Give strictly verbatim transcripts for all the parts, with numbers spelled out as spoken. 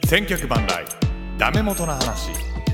千脚万来ダメ元の話。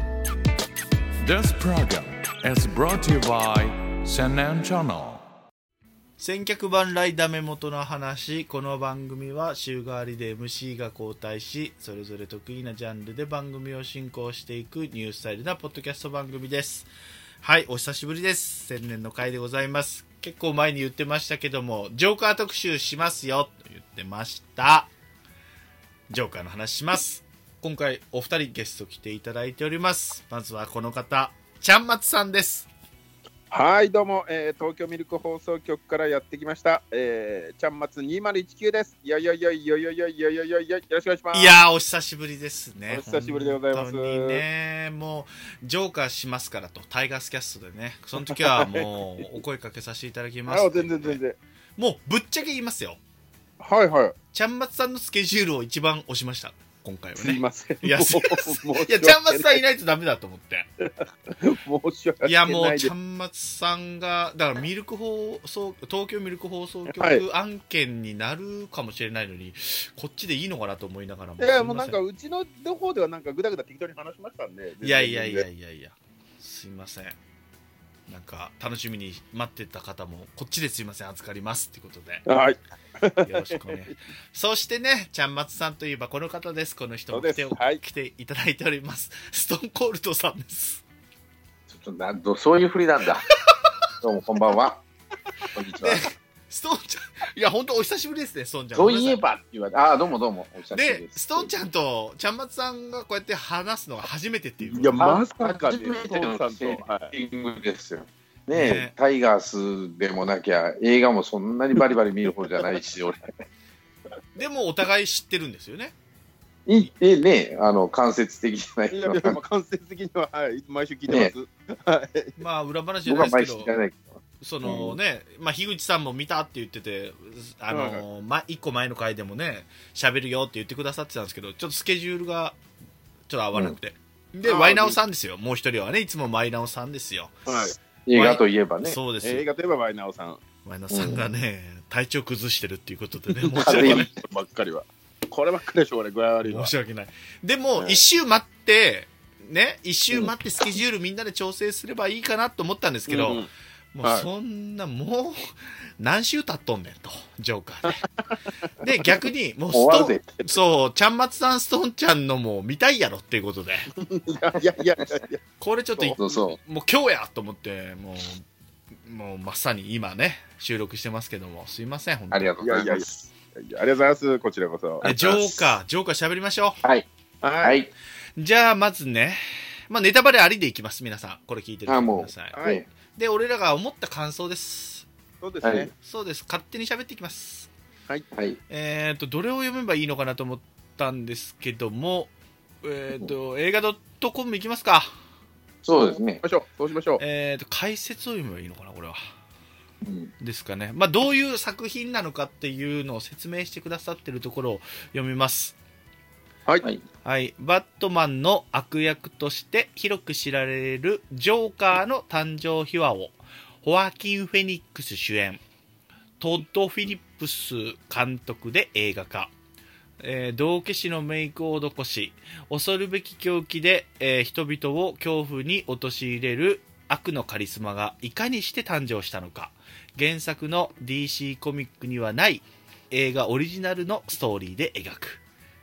This program is brought to you by 千年チャンネル。 千脚万来ダメ元の話。この番組は週替わりで エムシー が交代し、それぞれ得意なジャンルで番組を進行していくニュースタイルなポッドキャスト番組です。はい、お久しぶりです。千年の回でございます。結構前に言ってましたけども、ジョーカー特集しますよと言ってました。ジョーカーの話します。今回お二人ゲスト来ていただいております。まずはこの方、ちゃんまつさんです。 はいどうも、えー、東京ミルク放送局からやってきました、えー、ちゃんまつにまるいちきゅうです。よいよいよいよいよいよいよいよいよいよよろしくお願いします。 いやーお久しぶりですね。 お久しぶりでございます。 本当にね、もうジョーカーしますからとタイガースキャストでね、その時はもうお声かけさせていただきます。 あ全然全然。 もうぶっちゃけ言いますよ。 はいはい。 ちゃんまつさんのスケジュールを一番押しました。今回はね。 すいません。 いや、すいや、ちゃんまつさんいないとダメだと思って。 申し訳ない。 いや、もう、ちゃんまつさんが、だからミルク放送、東京ミルク放送局案件になるかもしれないのに、はい、こっちでいいのかなと思いながらも。 いや、もうなんか、うちの方ではなんか、ぐだぐだ適当に話しましたんで。 いやいやいやいやいや、すいません。なんか、楽しみに待ってた方も、こっちですいません、預かりますってことで。 はい。 よろしくね。そしてね、ちゃんまつさんといえばこの方です。この人も来て、はい、来ていただいております。ストーンコールドさんです。 ちょっとなんどそういう振りなんだ。どうもこんばんは。こんにちは。 ストーンちゃん、いや本当お久しぶりですね、ストーンちゃん。 そういえばって言われて、ああどうもどうもお久しぶりです。 で、ストーンちゃんとちゃんまつさんがこうやって話すのが初めてっていう。 いやまさか初めてのセッティングですよ。ねえ、 ね、 タイガースでもなきゃ映画もそんなにバリバリ見る方じゃないし俺でもお互い知ってるんですよね。 いえねあの間接的じゃない。 いやいや間接的には、はい、毎週聞いてます、ね、はい、 まあ裏話じゃないですけど、 僕は毎週聞かないけど、 そのね、うん、まあ樋口さんも見たって言ってて、あの、ま、いっこまえの回でもね喋るよって言ってくださってたんですけど、ちょっとスケジュールがちょっと合わなくて、うん、でワイナオさんですよ。もう一人はね、いつもワイナオさんですよ。 はい、 映画といえばね。 そうです映画といえばワイナオさん。 ワイナオさんがね、うん、体調崩してるっていうことでね、申し訳ない。 ばっかりは。こればっかりでしょ、俺、具合悪いの。 申し訳ない。でも、一、はい、周待って、ね、一周待ってスケジュールみんなで調整すればいいかなと思ったんですけど、うん、もうそんな、はい、もう、何週経っとんねんと、ジョーカーで。で、逆に、もうストーン、そう、ちゃんまつさん、ストーンちゃんのも見たいやろっていうことで。 いやいやいやいや、 これちょっと、 そうそうもう今日やと思って、もう、もうまさに今ね、収録してますけども、すいません、本当に。 ありがとうございます。 ありがとうございます。こちらこそ。 ジョーカー、ジョーカー喋りましょう。はい。 はい。 じゃあ、まずね、まあ、ネタバレありでいきます、皆さん。これ聞いてる人ください。 はい。 で、俺らが思った感想です。 そうですね。 そうです。勝手に喋っていきます。 はい。 はい。 えっと、どれを読めばいいのかなと思ったんですけども、えっと、映画 .com いきますか。 そうですね。 そうしましょう。 えっと、解説を読めばいいのかな、これは。うん、ですかね。まあ、どういう作品なのかっていうのを説明してくださってるところを読みます。 はい。 はい。バットマンの悪役として広く知られるジョーカーの誕生秘話を、ホアキン・フェニックス主演、トッド・フィリップス監督で映画化。えー、道化師のメイクを施し、恐るべき狂気で、えー、人々を恐怖に陥れる悪のカリスマがいかにして誕生したのか。原作の ディーシー コミックにはない映画オリジナルのストーリーで描く。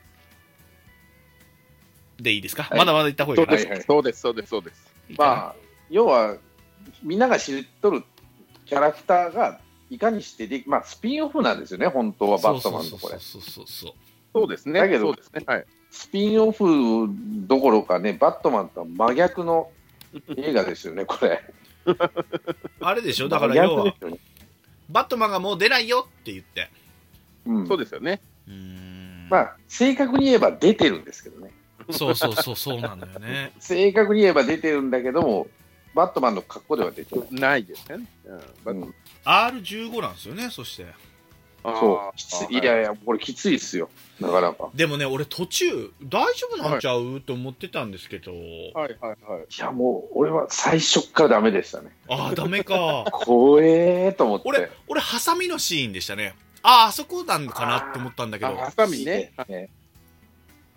でいいですか、はい、まだまだ言った方がいいかな。 そうですそうですそうです。 まあ要はみんなが知っとるキャラクターがいかにしてで、まあスピンオフなんですよね、本当はバットマンのこれ。 そうそうそうそう。 そうですね。 だけどそうですね、はい、 スピンオフどころかね、バットマンとは真逆の映画ですよねこれ。 あれでしょ、だから要は、ね、バットマンがもう出ないよって言って、 うん、そうですよね。 うーん、 まあ正確に言えば出てるんですけどね。 そうそうそうそうなんだよね。 正確に言えば出てるんだけども、バットマンの格好では出てないですね。 うん、アールじゅうご なんですよね。そしてそうきつい、いやいやこれきついっすよ、なかなか。 でもね、俺途中大丈夫なんちゃう、はい、と思ってたんですけど、はいはいはい。 いやもう俺は最初からダメでしたね。 ああダメか。 怖えーと思って。 俺俺ハサミのシーンでしたね。あああそこなんかなって思ったんだけど。 ハサミね。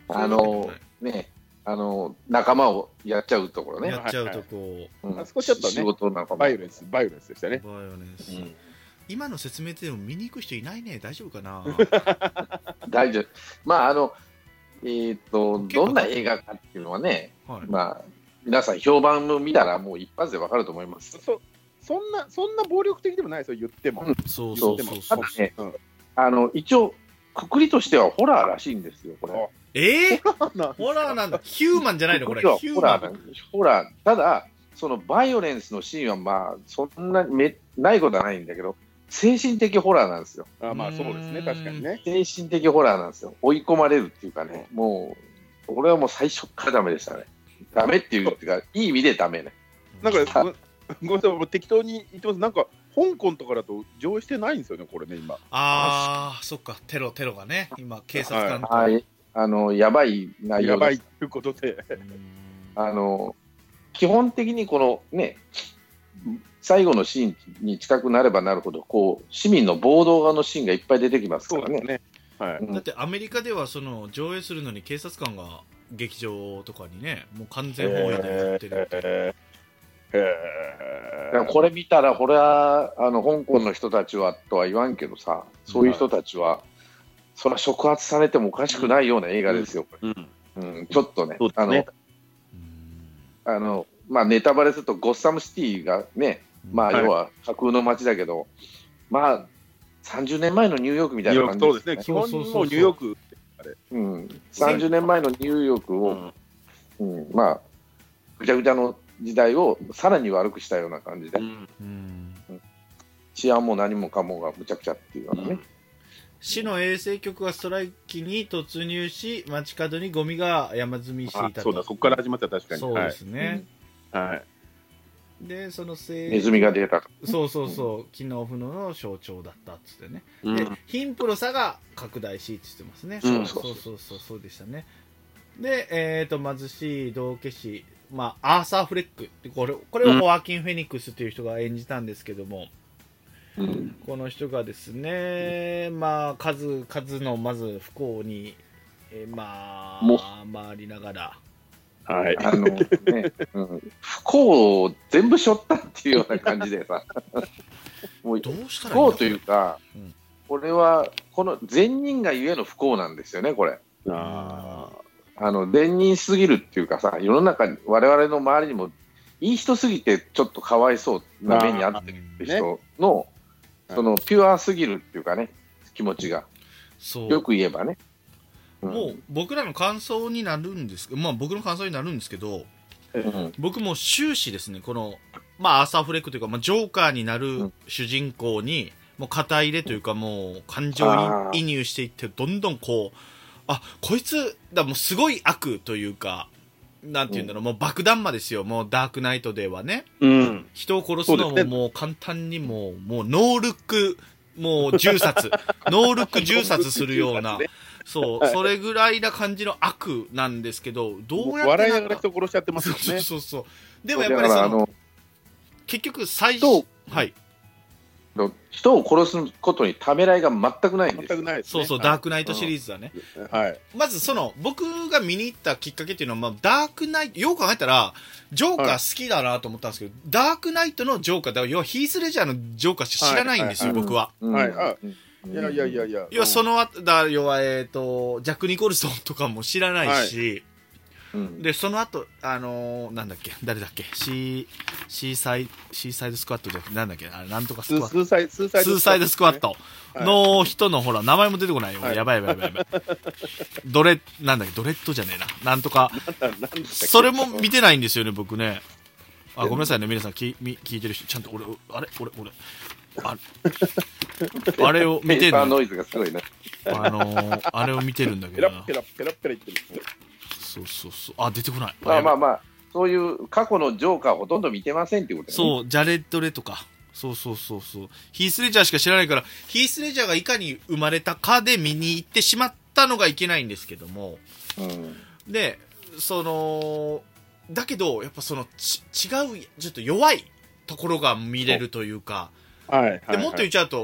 あのね、あの仲間をやっちゃうところね。 やっちゃうとこう、 うんあそこちょっとね仕事なんかもバイオレンス、バイオレンスでしたね。 バイオレンス、 うん今の説明でも見に行く人いないね。大丈夫かな大丈夫。まああのえっ、と結構どんな映画かっていうのはね、 はい、 まあ皆さん評判を見たらもう一発でわかると思います。 そそんなそんな暴力的でもないですよ、言っても。 うんそうそそううそうそうただね、 うんあの一応くくりとしてはホラーらしいんですよ。これ。 えー、 なホラーなんだ。ヒューマンじゃないのこれ。 くくりはヒューマンホラーなんですホラー。ただそのバイオレンスのシーンはまあそんなにめないことはないんだけど、精神的ホラーなんですよ。 あまあそうですね、確かにね。 精神的ホラーなんですよ。追い込まれるっていうかね、もう俺はもう最初からダメでしたね。ダメっていうっていうかいい意味でダメね。 なんかごごめんなさい、俺適当に言ってます。なんか香港とかだと上映してないんですよね、これね、今。 ああ、そっか、テロ、テロがね、今、警察官と。 はい、あのやばい内容やばいだということで。 うんあの基本的にこのね最後のシーンに近くなればなるほどこう市民の暴動側のシーンがいっぱい出てきますからね。 そうですね。はい。 うんだってアメリカではその上映するのに警察官が劇場とかにね、もう完全放映でやってるっていう。 えーだからこれ見たら、これはあの香港の人たちはとは言わんけどさ、そういう人たちは、それは触発されてもおかしくないような映画ですよ、こうんれうん、ちょっとね、あのそうですねうんあのまあ、ネタバレすると、ゴッサムシティがね、まあ、 はい要は架空の街だけど、まあ、さんじゅうねんまえのニューヨークみたいニューな感じヨークそうですね。基本にもうニューヨーク。 うん、さんじゅうねんまえのニューヨークうを、 んうんまあ、ぐちゃぐちゃの時代をさらに悪くしたような感じで、 うんうん治安も何もかもがむちゃくちゃっていうようなね。 市の衛生局がストライキに突入し、街角にゴミが山積みしていたと。 あそうだ、そこから始まった、確かに。 そうですね。 はい。はいで、そのせいネズミが出たと。 そうそうそう、機能不能の象徴だったっつってね。 うんで、貧富の差が拡大しって言ってますね。 うんそうそうそうそう、そうでしたね。で、えっ、と、貧しい道化師、まあ、アーサー・フレックって、これ、これをホワーキン・フェニックスという人が演じたんですけども、 うんこの人がですね、まあ、数々のまず不幸に、えーまもあ、回りながら、 はい。 あのね、うん、不幸を全部背負ったっていうような感じでさ、もうどうした不らいいんだ幸というか、 うんこれはこの善人がゆえの不幸なんですよね、これ。 ああの善人すぎるっていうかさ、世の中に我々の周りにもいい人すぎてちょっとかわいそうな目に遭ってる人の、 あそのピュアすぎるっていうかね、気持ちがそう。 よく言えばね。うんもう僕らの感想になるんですけど、まあ僕の感想になるんですけど、 うん僕も終始ですね、この、まあアーサー・フレックというか、まあ、ジョーカーになるうん主人公に、もう肩入れというか、もう感情あー移入していって、どんどんこう、あ、こいつ、だもうすごい悪というか、なんていうんだろう、もう爆弾魔ですよ、もうダークナイトではね。 うん。 人を殺すのもそうですねもう簡単にもう、もうノールック、もう銃殺、ノールック銃殺するような、そう、それぐらいな感じの悪なんですけど、どうやって笑いななんかがら人殺しちゃってますそうよね。 そうそう。でもやっぱりその、 だからあの結局最人を初、はい。 人を殺すことにためらいが全くないんですよ。 全くないですね。 そうそう、ダークナイトシリーズだね。 はい。 まずその、僕が見に行ったきっかけっていうのは、まあ、ダークナイト、よく考えたら、ジョーカー好きだなと思ったんですけど、ダークナイトのジョーカー、だから要はヒースレジャーのジョーカーしか知らないんですよ、 はい僕は。 うんはいあうんいやいやいやいや。 要はその後、だ要は、えっ、と、ジャック・ニコルソンとかも知らないし、 うんで、その後、あのーなんだっけ、誰だっけ、シー、シーサイ、シーサイドスクワットじゃなくて、なんだっけ、あれ、なんとかススクワット。 ーサイド、スーサイド。 スーサイドスクワットはいの人のほら、名前も出てこないよ。 はいやばいやばいやばいやばい。ドレ、なんだっけ、ドレッドじゃねえな。なんとか。 なんだなんだっけそれも見てないんですよね、僕ね。あ、ごめんなさいね、皆さんきみ聞いてる人、ちゃんと俺、あれ俺、俺。ああれを見てるの。 ペーパーノイズがすごいね。 あのー、あれを見てるんだけどなペラッペ。ラペラペラ言ってる。 そうそうそう。あ、出てこない。 まあまああ。 まあ、そういう過去のジョーカーほとんど見てませんっていうことね。 そう、ジャレッド・レとか。そうそうそうそう。ヒース・レジャーしか知らないから、ヒース・レジャーがいかに生まれたかで見に行ってしまったのがいけないんですけども。 うん。 で、その、だけど、やっぱそのち違う、ちょっと弱いところが見れるというか、 はい。 でもっと言っちゃうと、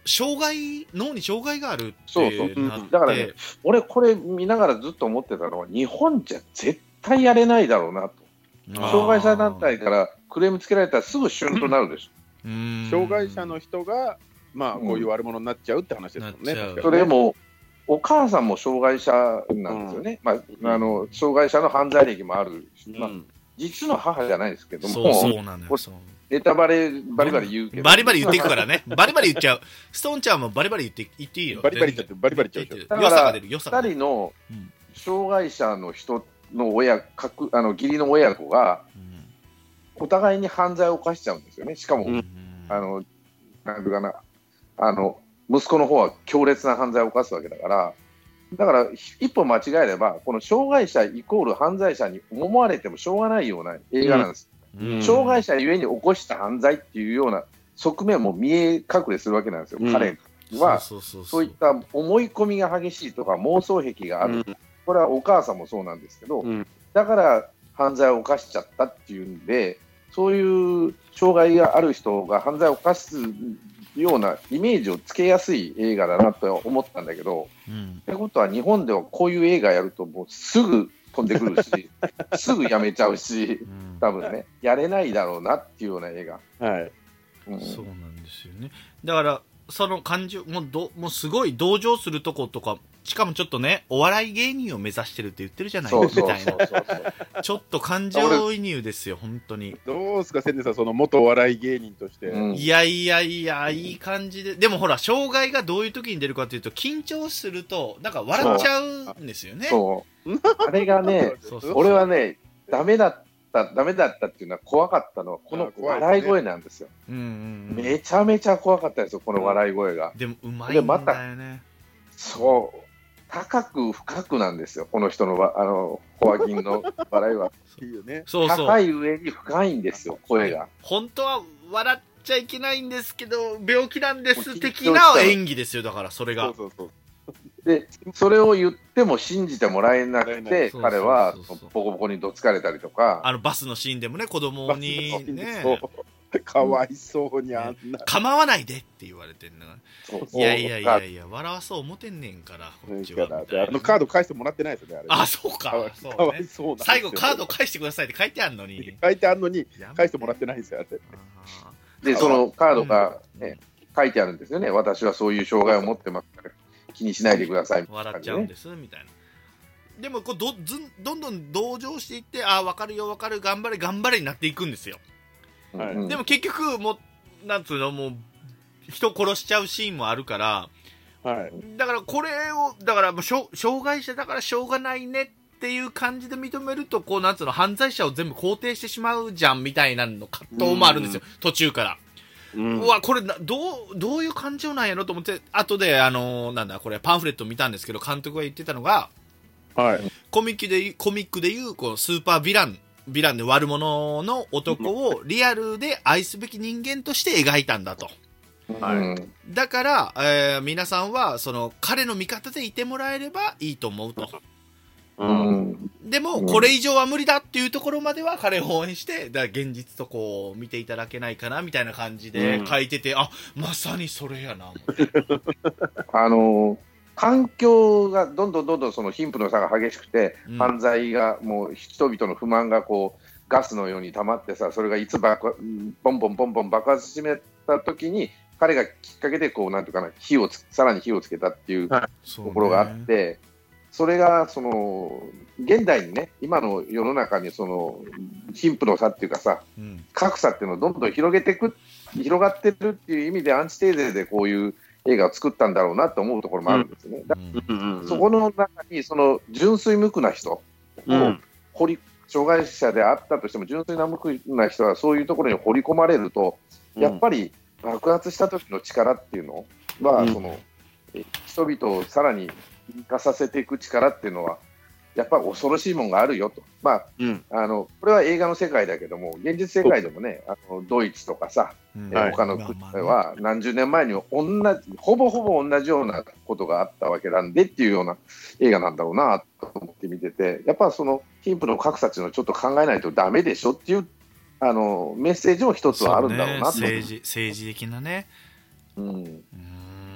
障害脳に障害があるってそうそうなって、 だからね、俺これ見ながらずっと思ってたのは、日本じゃ絶対やれないだろうなと。障害者団体からクレームつけられたらすぐシュンとなるでしょ。 うーん障害者の人が、まあ、こういう悪者になっちゃうって話ですもんね。 なっちゃう確かにねそれもお母さんも障害者なんですよね、まあ、あの障害者の犯罪歴もあるし、まあ、実の母じゃないですけども、 そうそうなのよ。そうネタバレバリバリ言うけど、 バリバリ言っていくからね。バリバリ言っちゃう。ストーンちゃんもバリバリ言って言っていいよ。 バリバリ言っちゃってバリバリ言っちゃうでしょ。 だ良さからが出る良さが出る。 ふたりのうん障害者の人の親かくあの義理の親子がうんお互いに犯罪を犯しちゃうんですよね。しかも、 うんあのなんていうかな、あの息子の方は強烈な犯罪を犯すわけだから、だから一歩間違えればこの障害者イコール犯罪者に思われてもしょうがないような映画なんです。 うん障害者ゆえに起こした犯罪っていうような側面も見え隠れするわけなんですよ。 うん彼はそうそうそうそういった思い込みが激しいとか妄想癖がある、 うんこれはお母さんもそうなんですけど、 うんだから犯罪を犯しちゃったっていうんで、そういう障害がある人が犯罪を犯すようなイメージをつけやすい映画だなと思ったんだけど、 うんってことは日本ではこういう映画やるともうすぐ飛んでくるしすぐやめちゃうし、 うん多分ねやれないだろうなっていうような映画、 はい。 うんそうなんですよね。だからその感情もうどもうすごい同情するとことか、しかもちょっとねお笑い芸人を目指してるって言ってるじゃないそうそうみたいなそうそうちょっと感情移入ですよ本当に。 どうですか、千年さん、その元お笑い芸人として。 うんいやいやいやいい感じで、でもほら障害がどういう時に出るかというと緊張するとなんか笑っちゃうんですよね。 そうあれがねそうそう俺はねダメだったダメだったっていうのは怖かったのはこのあ怖いですね笑い声なんですよ。 うんうんうん、 めちゃめちゃ怖かったですよこの笑い声が。 でもうまいんだよね。 そう高く深くなんですよこの人のわあのホアキンの笑いは。 いいよね。 そうそう高い上に深いんですよ声が。 本当は笑っちゃいけないんですけど病気なんですもう的な演技ですよ。だからそれがそうそうそう。 でそれを言っても信じてもらえなくてそう彼はそうそうそうボコボコにどつかれたりとか。 あのバスのシーンでもね子供にねそうかわいそうにあんな。 構わないでって言われてんの。 そういやいやいやいや笑わそう思ってんねんからこっちはみたいなあのカード返してもらってないですよね、あれ。 あそうかかわいそうかわいねそうなんですよ最後カード返してくださいって書いてあるのに書いてあるのにやめ返してもらってないんですよ、あれ。 あでそのカードが、 うんね書いてあるんですよね。私はそういう障害を持ってますから気にしないでくださいみたいな笑感じでね。 っちゃうんですみたいな。でもこうどずんどんどん同情していってあ分かるよ分かる頑張れ頑張れになっていくんですよ。 はいうんでも結局もうなんつうのもう人殺しちゃうシーンもあるからはい。 だからこれをだからもうしょ障害者だからしょうがないねっていう感じで認めるとこうなんつうの犯罪者を全部肯定してしまうじゃんみたいなの葛藤もあるんですよ途中から。 ううんわこれなどうどういう感情なんやろと思って後であのーなんだこれパンフレット見たんですけど監督が言ってたのがはい。 コミックでコミックでいうこうスーパーヴィランヴィランで悪者の男をリアルで愛すべき人間として描いたんだと。 うんだから、えー皆さんはその彼の味方でいてもらえればいいと思うと。 う。 うんんでもうんこれ以上は無理だっていうところまでは彼を応援してだから現実とこう見ていただけないかなみたいな感じで書いてて、あまさにそれやな思ってあの環境がどんどんどんどんその貧富の差が激しくて、 うん犯罪がもう人々の不満がこうガスのように溜まってさ、それがいつ爆ボンボンボンボン爆発しめた時に彼がきっかけでこうなんていうかな火をつさらに火をつけたっていうとそうねころがあって、それがその現代にね今の世の中にその貧富の差っていうかさうん格差っていうのをどんどん広げていく広がってるっていう意味でアンチテーゼでこういう映画を作ったんだろうなと思うところもあるんですね。だうんそこの中にその純粋無垢な人をうん掘り障害者であったとしても純粋な無垢な人はそういうところに掘り込まれると、やっぱり爆発した時の力っていうのは、 うんそのえ人々をさらに生かさせていく力っていうのはやっぱり恐ろしいものがあるよと、まあ、 うんあのこれは映画の世界だけども現実世界でもねあのドイツとかさ、 うんえはい他の国まあまあねは何十年前に同じほぼほぼ同じようなことがあったわけなんでっていうような映画なんだろうなと思って見てて、やっぱその貧富の格差っていうのをちょっと考えないとダメでしょっていうあのメッセージも一つはあるんだろうなと。 そうね、政治政治的なねうんうーん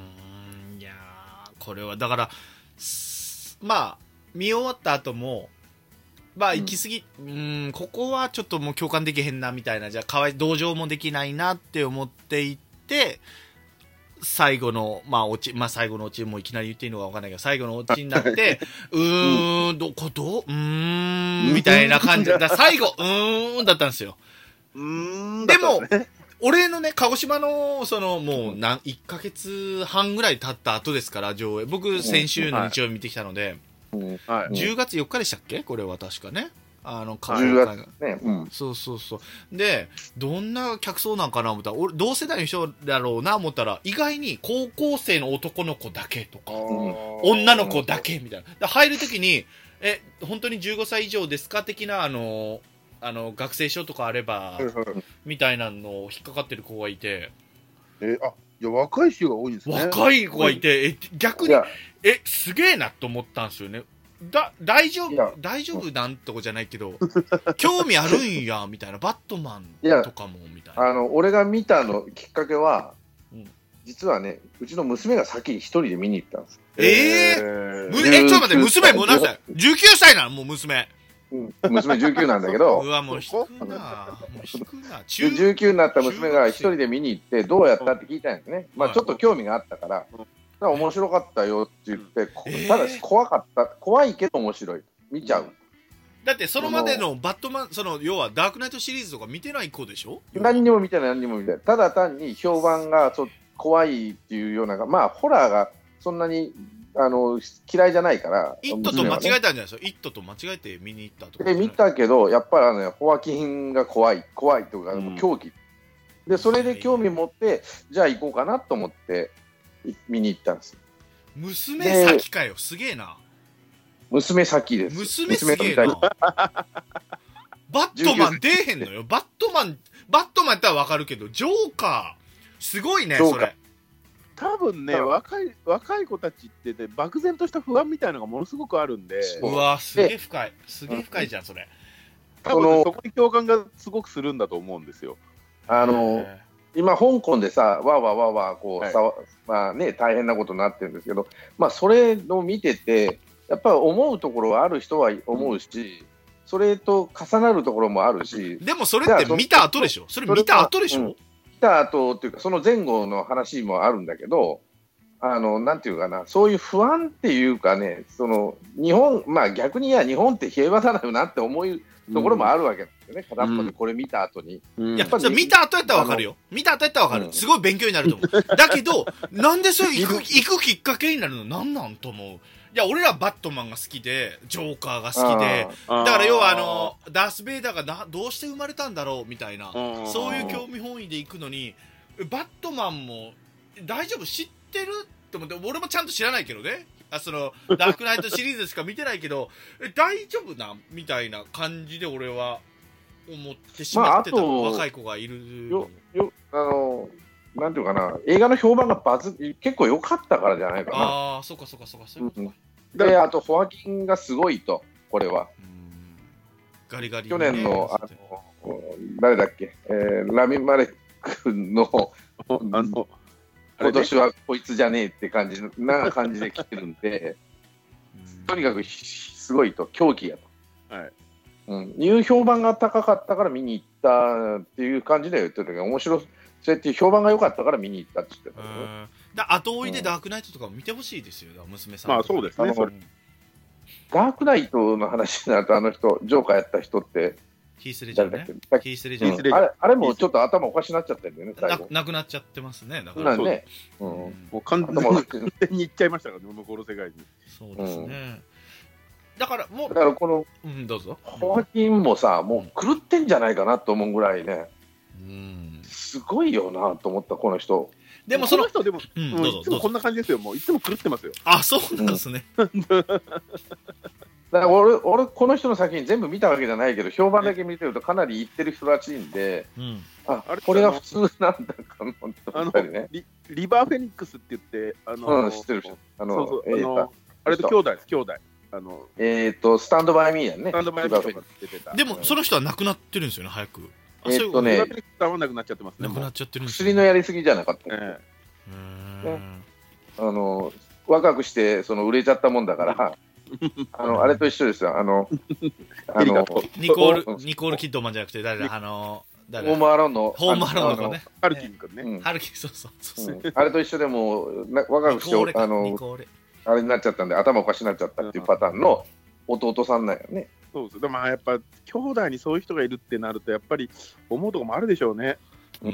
これはだからまあ見終わった後もまあ行き過ぎ、うん、ーんここはちょっともう共感できへんなみたいな、じゃあかわい同情もできないなって思っていって最後のまあオチまあ最後のオチもいきなり言っていいのか分かんないけど最後のオチになってうーんどこどううーんみたいな感じだ最後うーんだったんですよ。 うーんでも、 ね、 俺のね、鹿児島の、その、もう、なん、いっかげつはんぐらい経った後ですから、上映。僕、先週の日曜日見てきたので、 うんはい、 じゅうがつよっかでしたっけこれは確かね。あの、 じゅうがつね、うん。 そうそうそう。で、どんな客層なんかな思ったら、俺、同世代の人だろうな思ったら、意外に高校生の男の子だけとか、女の子だけみたいな。入るときに、え、本当にじゅうごさい以上ですか的な、あの、あの学生証とかあれば、はいはい、みたいなのを引っかかってる子がいて、 えあいや若い人が多いんですね。 若い子がいて、え逆にえすげえなと思ったんですよね。だ大丈夫大丈夫なんとこじゃないけど興味あるんやみたいな、バットマンとかもみたいな。 あの俺が見たのきっかけは、うん、実はねうちの娘が先に一人で見に行ったんです。 えー、えー、えちょっと待って娘もう何歳じゅうきゅうさいなのもう娘。 うん、娘じゅうきゅうなんだけどうわもう引くなもう引くなじゅうきゅうになった娘が一人で見に行ってどうやったって聞いたんですね。まあちょっと興味があったから、だから面白かったよって言って、えー、ただし怖かった怖いけど面白い見ちゃう。 だってそのまでのバットマンその要はダークナイトシリーズとか見てない子でしょ。 何にも見てない何にも見てない。ただ単に評判がそ怖いっていうような、まあホラーがそんなにあの嫌いじゃないから、 イットと間違えたんじゃないですか。イットと間違えて見に行ったとか。 で見たけどやっぱりあの、ね、ホアキンが怖い怖いとか、うん、狂気でそれで興味持ってじゃあ行こうかなと思って見に行ったんです。 娘先かよすげえな。 娘先です。 娘すげえな。バットマン出えへんのよ。バットマンバットマンやったらわかるけどジョーカーすごいねそれ。 多分ね、若い若い子たちってね、漠然とした不安みたいなのがものすごくあるんで、 うわすげえ深いすげえ深いじゃんそれ。 多分、ね、そこに共感がすごくするんだと思うんですよ。 あの今香港でさわーわーわーわーこう、はい、さまあね大変なことになってるんですけど、まあそれを見ててやっぱり思うところはある人は思うし、うん、それと重なるところもあるし。 でもそれって見た後でしょ。それ見た後でしょ。 た後っていうかその前後の話もあるんだけど、あのなんていうかな、そういう不安っていうかね、その日本まあ逆にいや日本って平和だよなって思うところもあるわけなんですよね。片っぽでこれ見た後に、 うん、やっぱり見た後やったらわかるよ。見た後やったらわかる、うん、すごい勉強になると思う。だけどなんでそれ行く行くきっかけになるのなんなんと思う。いや俺らバットマンが好きでジョーカーが好きで、だから要はあのダース・ベイダーがなどうして生まれたんだろうみたいな、そういう興味本位で行くのにバットマンも大丈夫知ってると思って、俺もちゃんと知らないけどね、あそのダークナイトシリーズしか見てないけどえ大丈夫なみたいな感じで俺は思ってしまってた、まあ、若い子がいるよよあのなんていうかな、映画の評判がバズ結構良かったからじゃないかな。 ああ、そうかそうかそうかそういうことか。 うん、で、あとホアキンがすごいと、これは。 うんガリガリ、ね、 去年のあの誰だっけ、えー、ラミマレックのあの今年はこいつじゃねえって感じな感じで来てるんで、とにかくすごいと、狂気やと。はい。うん、いう評判が高かったから見に行ったっていう感じで言ってたけど、面白い。そうやって評判が良かったから見に行ったって言ってた、ね、 だ後追いでダークナイトとかも見てほしいですよ、うん、娘さん。 まあそうですね。それダークナイトの話になると、あの人ジョーカーやった人ってヒースレジャーね。ヒースレジャー、 うん、あれあれもちょっと頭おかしになっちゃってるんだよね、 最後なくなっちゃってますね。だからね、 うん、もう完全にいっちゃいましたからね、向こうの世界に。 そうですね、うん、だからもうだからこの、 うん、どうぞ。 ホアキンもさ、もう狂ってんじゃないかなと思うぐらいね、うん、すごいよなと思った、この人。 でもその人でも、うん、もういつもこんな感じですよ。もういつも狂ってますよ。 あ、そうなんですね。うん、 だから俺、俺この人の作品全部見たわけじゃないけど、評判だけ見てるとかなり言ってる人らしいんで、うん、あ、あれこれが普通なんだかなと思ったりね。 リ, リバーフェニックスって言って、あの、 うん、知ってる人。あの、 そうそう、あのあれと兄弟です、兄弟。あのえっ、ー、と、スタンドバイミーやね。 スタンドバイミーとか出てた。 でも、その人は亡くなってるんですよね、早く。 えー、っとね、 リバーフェニックスはなくなっちゃってますね。 なくなっちゃってるんですよ。薬のやりすぎじゃなかったっけ、 えーね、あの若くしてその売れちゃったもんだからあのあれと一緒ですよ。あのあのニコールニコールキッドマンじゃなくて誰だあの誰だホームアローンのホームアローンの子ねハルキン君ね、 うんハルキそうそうそうそう、 うん、あれと一緒でもうな若くしてあのあれになっちゃったんで頭おかしになっちゃったっていうパターンの弟さんなんよね。 そうです。でもやっぱ兄弟にそういう人がいるってなるとやっぱり思うとこもあるでしょうね。 うん、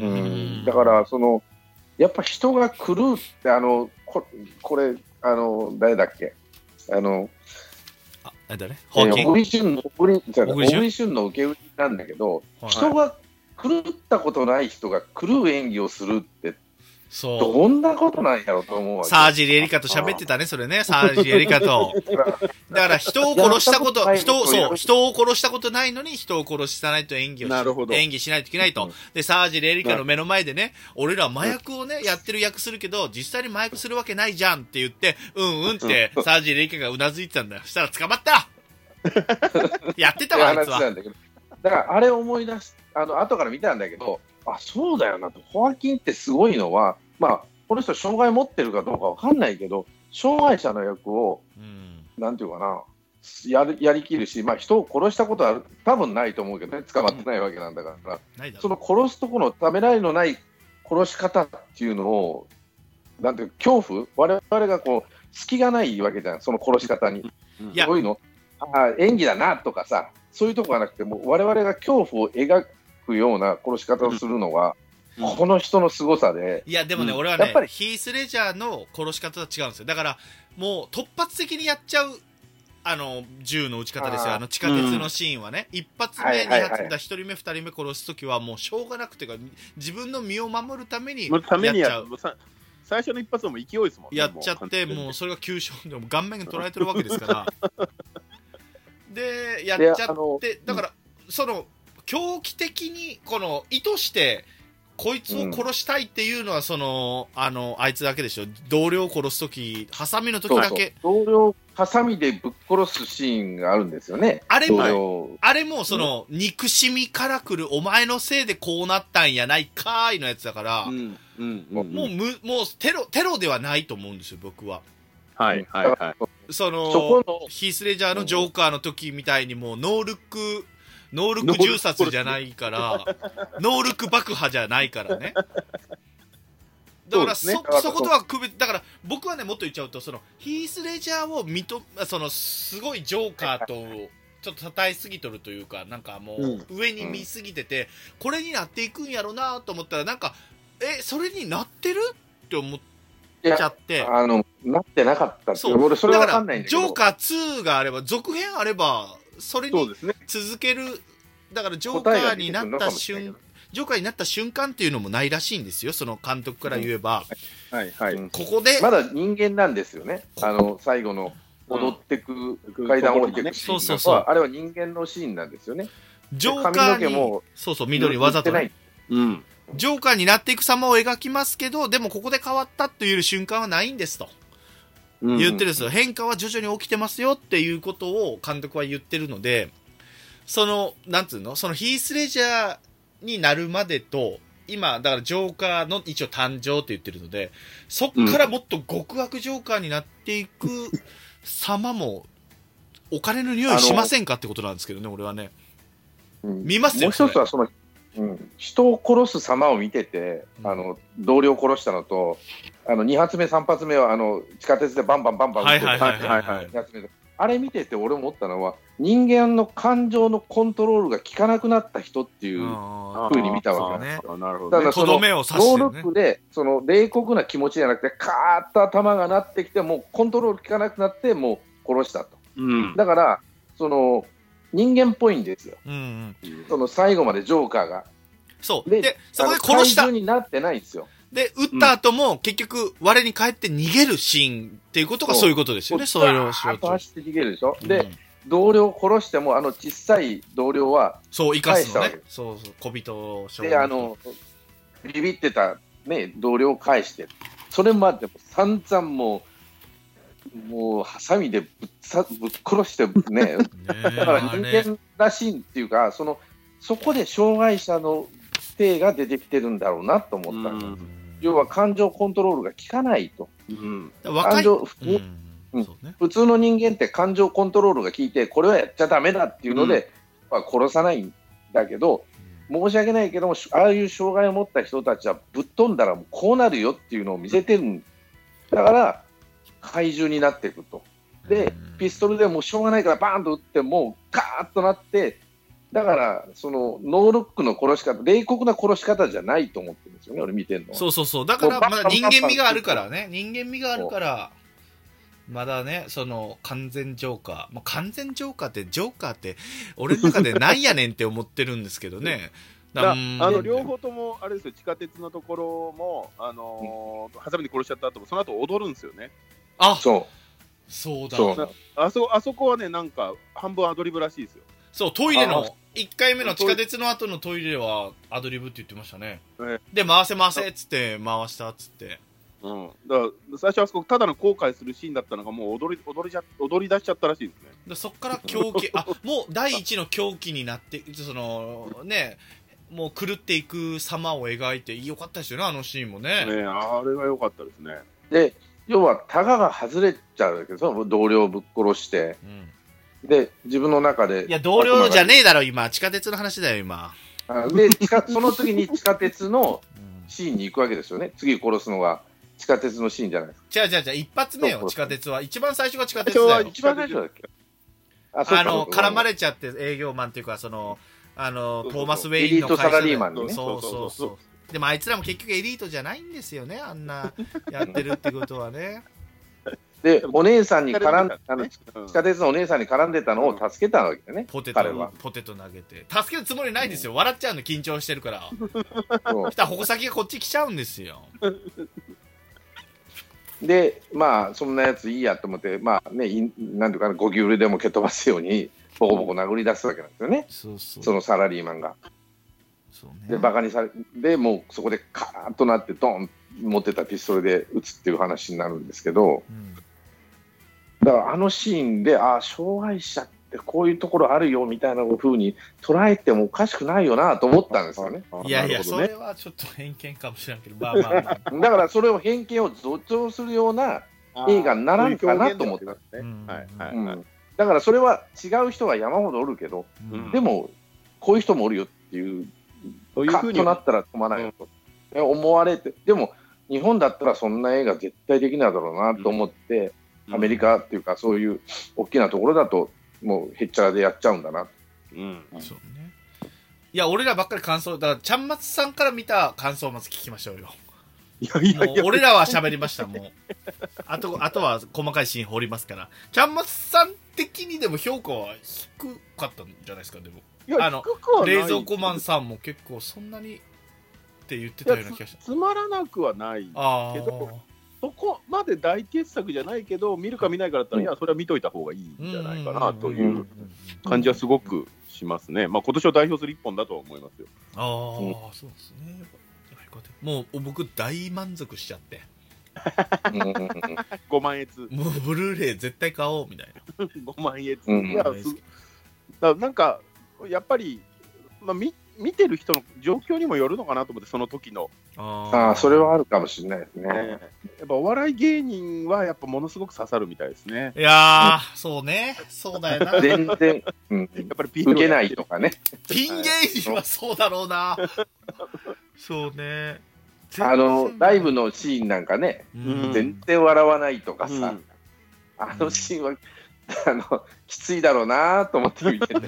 だからそのやっぱ人が狂うってあの こ, これあの誰だっけあのあ誰小栗旬の小栗旬の受け売りなんだけど、はい、人が狂ったことない人が狂う演技をするってそうどんなことなんやろうと思うわけ。 サージリエリカと喋ってたねそれねサージリエリカとだから人を殺したこと人をそう人を殺したことないのに人を殺したないと演技をし演技しないといけないと、うん、でサージリエリカの目の前でね、うん、俺ら麻薬をねやってる役するけど実際に麻薬するわけないじゃんって言ってうんうんってサージリエリカがうなずいてたんだよ。そしたら捕まったやってたわあいつは。 だからあれ思い出しあの後から見たんだけどあそうだよなと。ホアキンってすごいのはまあこの人障害持ってるかどうかわかんないけど障害者の役を、うん、なんていうかな や, るやりきるし、まあ、人を殺したことは多分ないと思うけどね捕まってないわけなんだから、うん、その殺すところのためらいのない殺し方っていうのをなんていう恐怖我々がこう隙がないわけじゃんその殺し方に。 いやそういうのあ演技だなとかさそういうとこがなくても我々が恐怖を描くような殺し方をするのが、うん、この人の凄さで。 いやでもね、うん、俺はねやっぱりヒース・レジャーの殺し方とは違うんですよ。だからもう突発的にやっちゃうあの銃の撃ち方ですよ。 あ, あの地下鉄のシーンはね、うん、一発目二発目だ一人目二人目殺すときはもうしょうがなくてか自分の身を守るためにやっちゃう。 最初の一発はもう勢いですもんね。 やっちゃってもうそれが急所でも顔面が捉えてるわけですからでやっちゃってだから、うん、その狂気的にこの意図してこいつを殺したいっていうのは、うん、そのあのあいつだけでしょ。同僚を殺すときハサミの時だけそうそう同僚ハサミでぶっ殺すシーンがあるんですよね。 あれもあれもその、うん、憎しみからくるお前のせいでこうなったんやないかーいのやつだから、うんうんうん、もうむもうテロテロではないと思うんですよ僕は。 はいはいはい。 そのそのヒース・レジャーのジョーカーの時みたいにもうノールックノールック銃殺じゃないからノールック爆破じゃないからね。だから そ, そ,、ね、そことは区別だから僕はねもっと言っちゃうとそのヒース・レジャーを認そのすごいジョーカーとちょっと称えすぎとるというかなんかもう上に見すぎてて、うん、これになっていくんやろうなと思ったらなんかえそれになってるって思っちゃってあのなってなかったって俺それは分かんないんだけどジョーカーツーがあれば続編あればそれに続ける、ね、だからジョーカーになった瞬ジョーカーになった瞬間っていうのもないらしいんですよその監督から言えば、 うん、はいはい、 うん、ここでまだ人間なんですよね。あの最後の踊ってく、うん、階段を降りてくシーンはあれは人間のシーンなんですよね。 ジョーカーにもそうそう緑わざとね、うん、ジョーカーになっていく様を描きますけどでもここで変わったっていう瞬間はないんですと言ってるんですよ、うん、変化は徐々に起きてますよっていうことを監督は言ってるのでそのなんつうのそのヒース・レジャーになるまでと今だからジョーカーの一応誕生って言ってるのでそっからもっと極悪ジョーカーになっていく様もお金の匂いしませんかってことなんですけどね俺はね、うん、見ますよ。 もう一つはそのうん、人を殺す様を見てて、うん、あの同僚を殺したのとあのに発目さん発目はあの地下鉄でバンバンバンバン撃ってるあれ見てて俺思ったのは人間の感情のコントロールが効かなくなった人っていう風に見たわけです。だからその能力でその冷酷な気持ちじゃなくてカーッと頭が鳴ってきてもうコントロール効かなくなってもう殺したと、うん、だからその人間っぽいんですよ、うんうん、その最後までジョーカーがそうでそこで殺した怪獣になってないんですよ。 で撃った後も、うん、結局我に返って逃げるシーンっていうことがそういうことですよね。そういうのを走って逃げるでしょ、うん、で同僚を殺してもあの小さい同僚はそう生かすのね。そうそう小人をであのビビってた、ね、同僚を返してそれまでも散々もうもうハサミでぶっさぶっ殺してねだから人間らしいっていうかそのそこで障害者の体が出てきてるんだろうなと思ったんです。 要は感情コントロールが効かないと。 うん、 若い、 感情、 うんうんそうね、 普通の人間って感情コントロールが効いて、これはやっちゃダメだっていうので、まあ、殺さないんだけど、申し訳ないけども、ああいう障害を持った人たちはぶっ飛んだらもうこうなるよっていうのを見せてるんだから、怪獣になっていくと。で、ピストルでもうしょうがないからバーンと撃ってもうガーッとなって、だからそのノールックの殺し方、冷酷な殺し方じゃないと思ってるんですよね、俺見てるのは。 そうそうそう、だからまだ人間味があるからね、人間味があるからまだね、その完全ジョーカー、まあ、完全ジョーカーってジョーカーって俺の中でなんやねんって思ってるんですけどね。 だあの両方ともあれですよ、地下鉄のところもあのー、ハサミで殺しちゃった後もその後踊るんですよね。 あ、 そうそうだ。 そうあそあそこはね、なんか半分アドリブらしいですよ。 そう、トイレのいっかいめの地下鉄の後のトイレはアドリブって言ってましたね。 えで、回せ回せっつって回したっつって。 うん、だから最初はそこただの後悔するシーンだったのがもう踊り踊りじゃ踊り出しちゃったらしいですね。 でそっから狂気、あ、もう第一の狂気になって、そのね、もう狂っていく様を描いてよかったですよね、あのシーンもね。 ね、あれは良かったですね。 で、要はタガが外れちゃうわけですよ、同僚をぶっ殺して、 うん、 で自分の中で。 いや、同僚じゃねえだろ今、地下鉄の話だよ今。 で地下その時に地下鉄のシーンに行くわけですよね。次殺すのが地下鉄のシーンじゃないですか。 違う違う違う、一発目よ、地下鉄は。一番最初が地下鉄だよ。 一番最初だっけ。 あ, あの絡まれちゃって営業マンっていうか、そのあのトーマス・ウェインの会社でエリートサラリーマンにね。そうそうそう。でもあいつらも結局エリートじゃないんですよね、あんなやってるってことはね。 でお姉さんに絡んあの地下鉄のお姉さんに絡んでたのを助けたわけだね。 ポテトポテト投げて助けるつもりないですよ。笑っちゃうの、緊張してるから。そしたら矛先がこっち来ちゃうんですよ。 でまあそんなやついいやと思って、まあね、なんていうかな、ゴキブリでも蹴飛ばすようにボコボコ殴り出すわけなんですよね。 そうそう、 そのサラリーマンが。 そうね、 でバカにされでもうそこでカーッとなってドン持ってたピストルで撃つっていう話になるんですけど、うん、だからあのシーンで、ああ障害者ってこういうところあるよみたいな風に捉えてもおかしくないよなと思ったんですよね。 いやいや、ね、それはちょっと偏見かもしれないけど、まあまあ、まあ、 だからそれを偏見を助長するような映画にならんかなと思った。だからそれは違う人が山ほどおるけど、うん、でもこういう人もおるよっていう、カッとなったら止まないよと、うん、思われて、でも日本だったらそんな映画絶対できないだろうなと思って、うん、アメリカっていうかそういう大きなところだともうへっちゃらでやっちゃうんだな、 うん、そうね。いや俺らばっかり感想だから、ちゃんまつさんから見た感想をまず聞きましょうよ。いやいやいや、俺らは喋りましたもうあとあとは細かいシーン掘りますから。ちゃんまつさん的にでも評価は低かったんじゃないですか。でもいやあの冷蔵庫マンさんも結構そんなにって言ってたような気がした。 つ, つまらなくはないけど、そこまで大傑作じゃないけど見るか見ないかだったら、うん、いやそれは見といた方がいいんじゃないかなという感じはすごくしますね。まあ今年を代表する一本だとは思いますよ。 ああ、うん、そうですね。もう僕大満足しちゃってごまんえつもうブルーレイ絶対買おうみたいなごまんえつ、うん、いやだなんかやっぱり、まあ、見, 見てる人の状況にもよるのかなと思って、その時の。 ああ、それはあるかもしれないですね。やっぱお笑い芸人はやっぱものすごく刺さるみたいですね。 いやー、そうね、そうだよな。 全然、うん、やっぱりピン受けないとかね。 ピン芸人はそうだろうな。そうね。 あのライブのシーンなんかね、うん、全然笑わないとかさ、うん、あのシーンは、うん、あのきついだろうなと思って見ててね。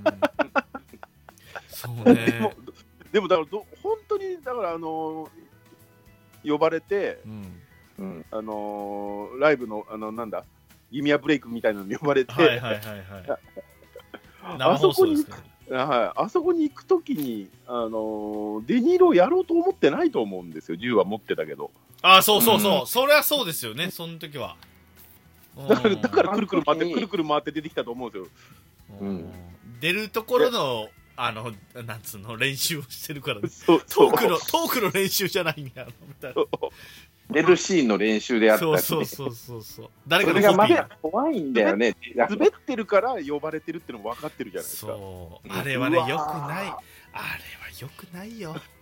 そうね。 でも、でもだからど本当にだからあのー、呼ばれて、うん、あのー、ライブのあのなんだギミアブレイクみたいなのに呼ばれて、 はいはいはいはい。 あそこにはい、あそこに行くときに、あのー、デニーロをやろうと思ってないと思うんですよ。銃は持ってたけど。 ああ、そうそうそう、うん、それはそうですよね、その時は。 だから、だからくるくる回って、くるくる回って出てきたと思うんですよ。 うん、出るところの、あの、なんつうの、練習をしてるから、ね、そうそうトークの、トークの練習じゃないんや、みたいな。 出るシーンの練習であったり、ね、 そうそうそうそう。誰かのコピー。それがまだ怖いんだよね。 滑ってるから呼ばれてるってのも分かってるじゃないですか。 そう。あれはね、よくない。あれはよくないよ。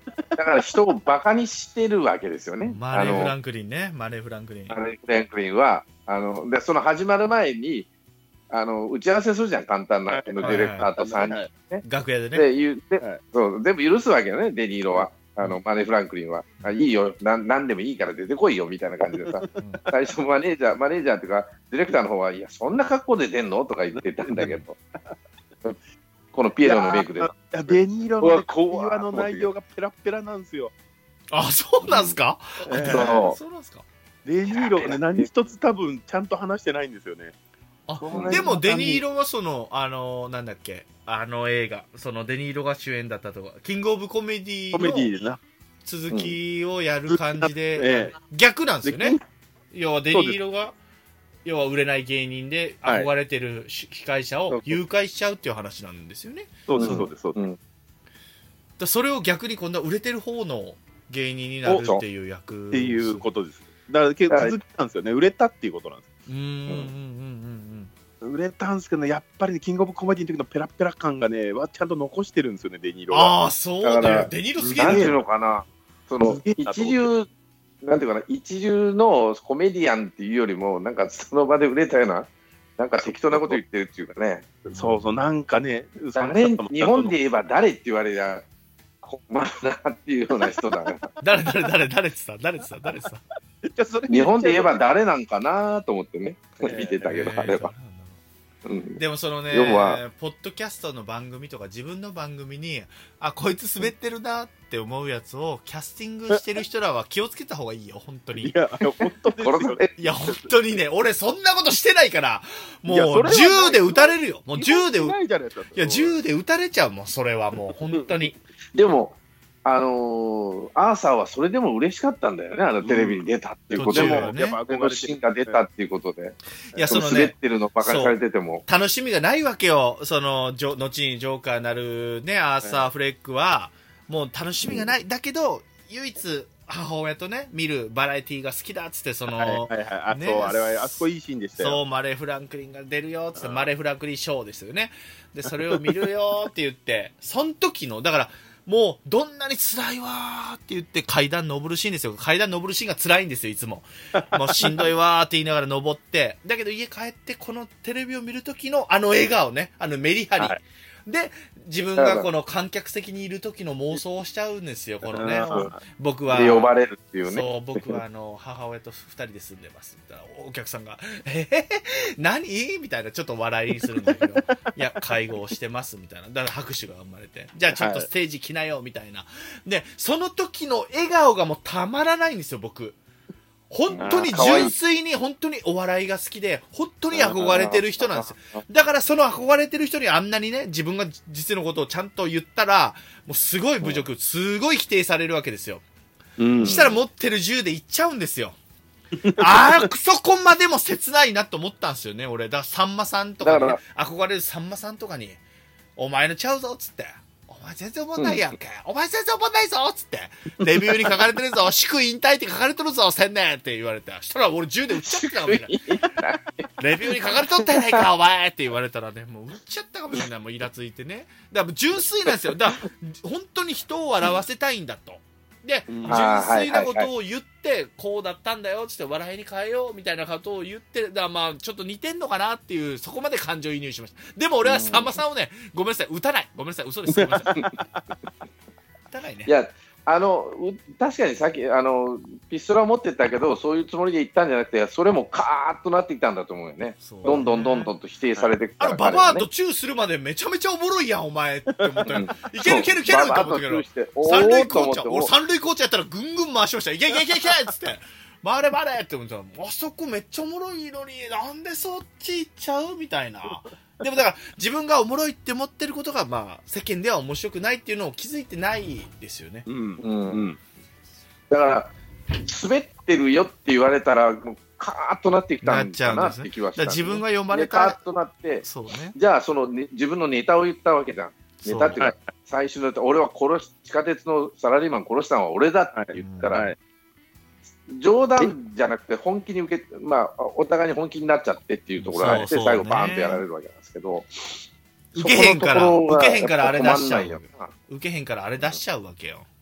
だから人をバカにしてるわけですよね。 マレー・フランクリンね、マレー・フランクリン。 マレー・フランクリンは、あのでその始まる前にあの打ち合わせするじゃん、簡単な、はい、のディレクターとさんにん、ね、 はい、楽屋でね。 で言って、はい、そう全部許すわけよね、デニーロは。あのマネー・フランクリンは、あいいよな、なんでもいいから出てこいよみたいな感じでさ、うん、最初マネージャー、マネージャーっていうか、ディレクターの方は、いや、そんな格好で出んのとか言ってたんだけど、このピエロのメイクで。 デニーロの会話の内容がペラペラなんですよ。 あ、そうなんすか、 えー、そうなんすか。デニーロがね、何一つ多分ちゃんと話してないんですよね。 あでもデニーロはそのあのなんだっけあの映画そのデニーロが主演だったとかキングオブコメディの続きをやる感じで、うんええ、逆なんですよね。要はデニーロが要は売れない芸人で憧れてる司会者を誘拐しちゃうっていう話なんですよね。 そうですそうですそうです、うん、 だそれを逆に今度は売れてる方の芸人になるっていう役っていうことです。だから結構続きなんですよね。売れたっていうことなんです。 うんうんうんうんうん、売れたんですけど、ね、やっぱり、ね、キングオブコメディの時のペラペラ感がねはちゃんと残してるんですよね、デニーロは。 ああ、そうだよ。デニーロすげえ。 なんていうのかな、その一流なんていうかな、一流のコメディアンっていうよりも、なんかその場で売れたような、なんか適当なこと言ってるっていうかね。 そうそう、なんかね、 誰日本で言えば誰って言われりゃ困るなっていうような人だね。 誰誰誰誰ってさ、誰ってさ、誰ってさ。 日本で言えば誰なんかなと思ってね、見てたけど、あれは。 うん、でもそのね、ポッドキャストの番組とか自分の番組にあこいつ滑ってるなって思うやつをキャスティングしてる人らは気をつけた方がいいよ本当に。いや本当ですよ。 いや本当にね、俺そんなことしてないからもう銃で撃たれるよ。もう銃でいや銃で撃たれちゃうもんそれはもう本当に。 でもあのー、アーサーはそれでも嬉しかったんだよね、あのテレビに出たっていうことで、うん、ね、やっぱ憧れシーンが出たっていうことで、 いやそのね、 滑ってるのバカにされてても楽しみがないわけよ。その後にジョーカーになるねアーサー・フレックはもう楽しみがない、うん、だけど唯一母親とね見るバラエティーが好きだっつってその、はいはいはい、 あね、そうあれはあそこいいシーンでしたよ。 そうマレー・フランクリンが出るよっつってマレー・フランクリンショーですよね。でそれを見るよって言ってその時のだからもうどんなに辛いわーって言って階段登るシーンですよ。階段登るシーンが辛いんですよいつも。もうしんどいわーって言いながら登ってだけど家帰ってこのテレビを見る時のあの笑顔ね、あのメリハリ、はい、で自分がこの観客席にいる時の妄想をしちゃうんですよ。このね、僕は呼ばれるっていうね。 そう僕はあの母親とふたりで住んでますみたいな。お客さんがえー、何みたいなちょっと笑いにするんだけどいや介護をしてますみたいな。だから拍手が生まれてじゃあちょっとステージ来なよみたいな。でその時の笑顔がもうたまらないんですよ僕。本当に純粋に本当にお笑いが好きで本当に憧れてる人なんですよ。だからその憧れてる人にあんなにね自分が実のことをちゃんと言ったらもうすごい侮辱すごい否定されるわけですよ、うん、したら持ってる銃で撃っちゃうんですよ。ああそこまでも切ないなと思ったんですよね俺。だからさんまさんとかね憧れるさんまさんとかにお前のちゃうぞっつってお前全然思んないやんけ、うん、お前全然思んないぞっつってレビューに書かれてるぞ祝引退って書かれてるぞ千年って言われてしたら俺銃で撃っちゃったかもしれないレビューに書かれとったやないかお前って言われたらねもう撃っちゃったかもしれない。もうイラついてね。だから純粋なんですよ。だから本当に人を笑わせたいんだと。で、純粋なことを言って、こうだったんだよっつって笑いに変えようみたいなことを言って、だからまあちょっと似てんのかなっていう、そこまで感情移入しました。でも俺はさんまさんをね、ごめんなさい、撃たない。ごめんなさい、嘘です。ごめんなさい。撃たないね。 いや、あの、確かにさっき、あの、ピストルは持ってったけど、そういうつもりで言ったんじゃなくて、それもカーッとなってきたんだと思うよね。どんどんどんどんと否定されてきた、 ね。あの、ババアとチューするまでめちゃめちゃおもろいやん、お前って思ったよ。いけるいけるいけるって思ったけど、三塁コーチャー、俺三塁コーチャーやったらぐんぐん回しました。いけいけいけいけっつって。回れ回れって思ったら、あそこめっちゃおもろいのに、なんでそっち行っちゃうみたいな。でもだから自分がおもろいって思ってることが、まあ世間では面白くないっていうのを気づいてないですよね。 うんうんうん。だから滑ってるよって言われたらもうカーッとなってきたんだなって気はした、ね、 自分が読まれたカーッとなって、そうね、じゃあその、ね、自分のネタを言ったわけじゃん。ネタっていうか、はい、最初の俺は殺し地下鉄のサラリーマン殺したのは俺だって言ったら、はい、冗談じゃなくて本気に受け、まあお互いに本気になっちゃってっていうところがあって、そうそう、ね、最後バーンとやられるわけなんですけど、 受けへんから受けへんからあれ出しちゃう受けへんからあれ出しちゃうわけよ。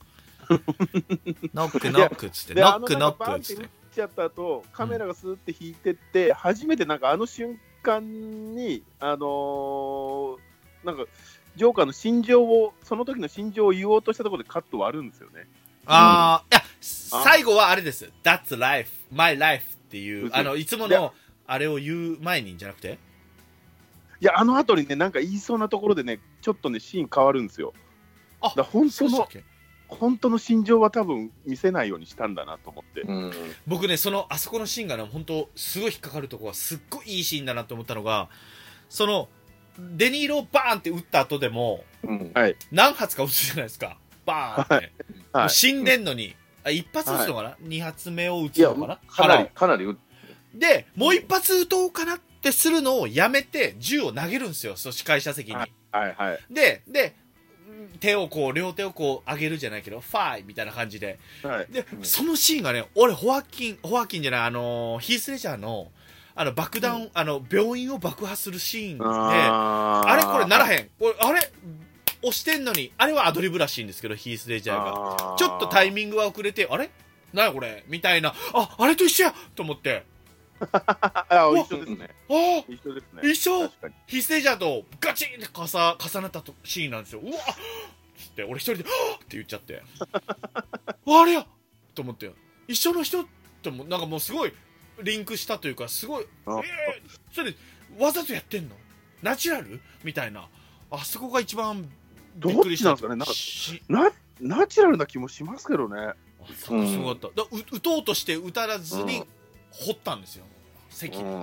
ノックノックっつってノックノックっつって打っちゃった後カメラがスーって引いてって、うん、初めてなんかあの瞬間にあのー、なんかジョーカーの心情をその時の心情を言おうとしたところでカット割るんですよね。 ああ、うん、いや最後はあれです。That's life, my life っていうあのいつものあれを言う前にじゃなくて、 いやあの後にねなんか言いそうなところでねちょっとねシーン変わるんですよ。あ、だ本当の本当の心情は多分見せないようにしたんだなと思って、うん、 僕ねそのあそこのシーンがね本当すごい引っかかるところはすっごいいいシーンだなと思ったのが、そのデニーロをバーンって撃った後でも、うんはい、何発か撃つじゃないですかバーンって、はいはい、死んでんのに、あ一発撃つのかな、はい、二発目を撃つのかな、 かなりかなり撃でもう一発撃とうかなってするのをやめて銃を投げるんですよ、その司会者席に、はいはいはい、 でで手をこう両手をこう上げるじゃないけどファイみたいな感じで、はい、で、うん、そのシーンがね俺ホアキンホアキンじゃないあのヒースレジャーのあの爆弾、うん、あの病院を爆破するシーンで、あ, あれこれならへんこれあれ押してんのにあれはアドリブらしいんですけどヒースレジャーがちょっとタイミングは遅れてあれなんやこれみたいなああれと一緒やと思ってあ一緒ですねあ一緒ですね一緒ヒースレジャーとガチンって重重なったシーンなんですよ。うわっつって俺一人ではぁって言っちゃってあれやと思って一緒の人ともなんかもうすごいリンクしたというかすごいえー、それわざとやってんのナチュラルみたいなあそこが一番びっくりしたんですかね。 なナチュラルな気もしますけどね。 すごかった。だ打とうとして打たらずに、うん掘ったんですよ席に、うん、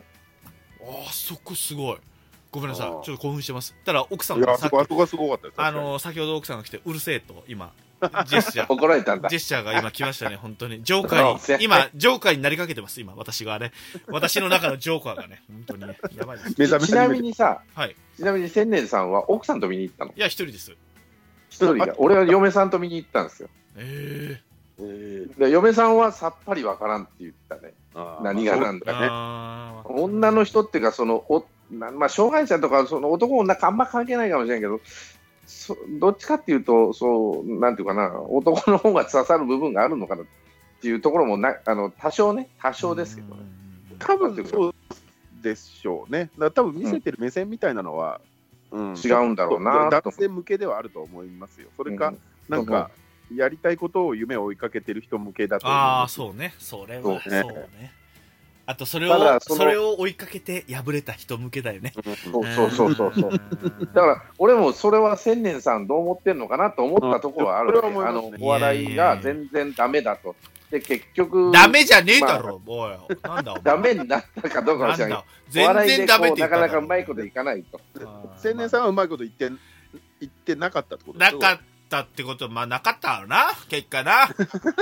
あそこすごいごめんなさいちょっと興奮してます。ただ奥さんがさっきあそこがすごかったよ。 あの先ほど奥さんが来てうるせえと今ジェスチャー怒られたんだジェスチャーが今来ましたね本当にジョーカーに今ジョーカーになりかけてます今私がね私の中のジョーカーがね本当にやばいですちなみにさ、 はい、 ちなみに千年さんは奥さんと見に行ったの？ いや一人です。 一人が俺は嫁さんと見に行ったんですよ。 えーえー、で嫁さんはさっぱりわからんって言ったね。何がなんだね。女の人っていうかそのおな、まあ、障害者とかその男の中あんま関係ないかもしれないけどそどっちかっていうとそうなんていうかな男の方が刺さる部分があるのかなっていうところもなあの多少ね多少ですけどね。 多分そうでしょうね。だから多分見せてる目線みたいなのは、 うんうん、違うんだろうな。 男性向けではあると思いますよ。それか、うん、なんかやりたいことを夢を追いかけてる人向けだと思います。 ああそうねそれはそうね。そうねあとそれをそれを追いかけて敗れた人向けだよね。 そうそうそうそうそう。だから俺もそれは千年さんどう思ってんのかなと思ったところはあるわけ。あのお笑いが全然ダメだと。で結局ダメじゃねえだろ。おいなんだお前。 ダメになったかどうかは知らない。 全然ダメってなかなかうまいこといかないと。 千年さんはうまいこと言って言ってなかったってことですか。なかったってことまあなかったな結果な。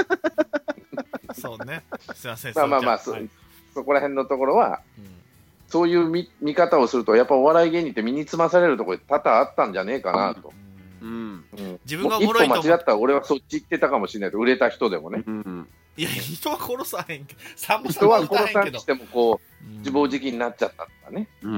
そうね。すいません。 まあまあまあ。そこら辺のところは、うん、そういう 見, 見方をするとやっぱお笑い芸人って身につまされるところ多々あったんじゃねえかなと、うんうんうん、 自分がおもろいと思一歩間違ったら俺はそっち行ってたかもしれないと売れた人でもね、うんうん、いや人は殺さへんけど人は殺さんにしてもこう、うん、自暴自棄になっちゃったとかね、 うん、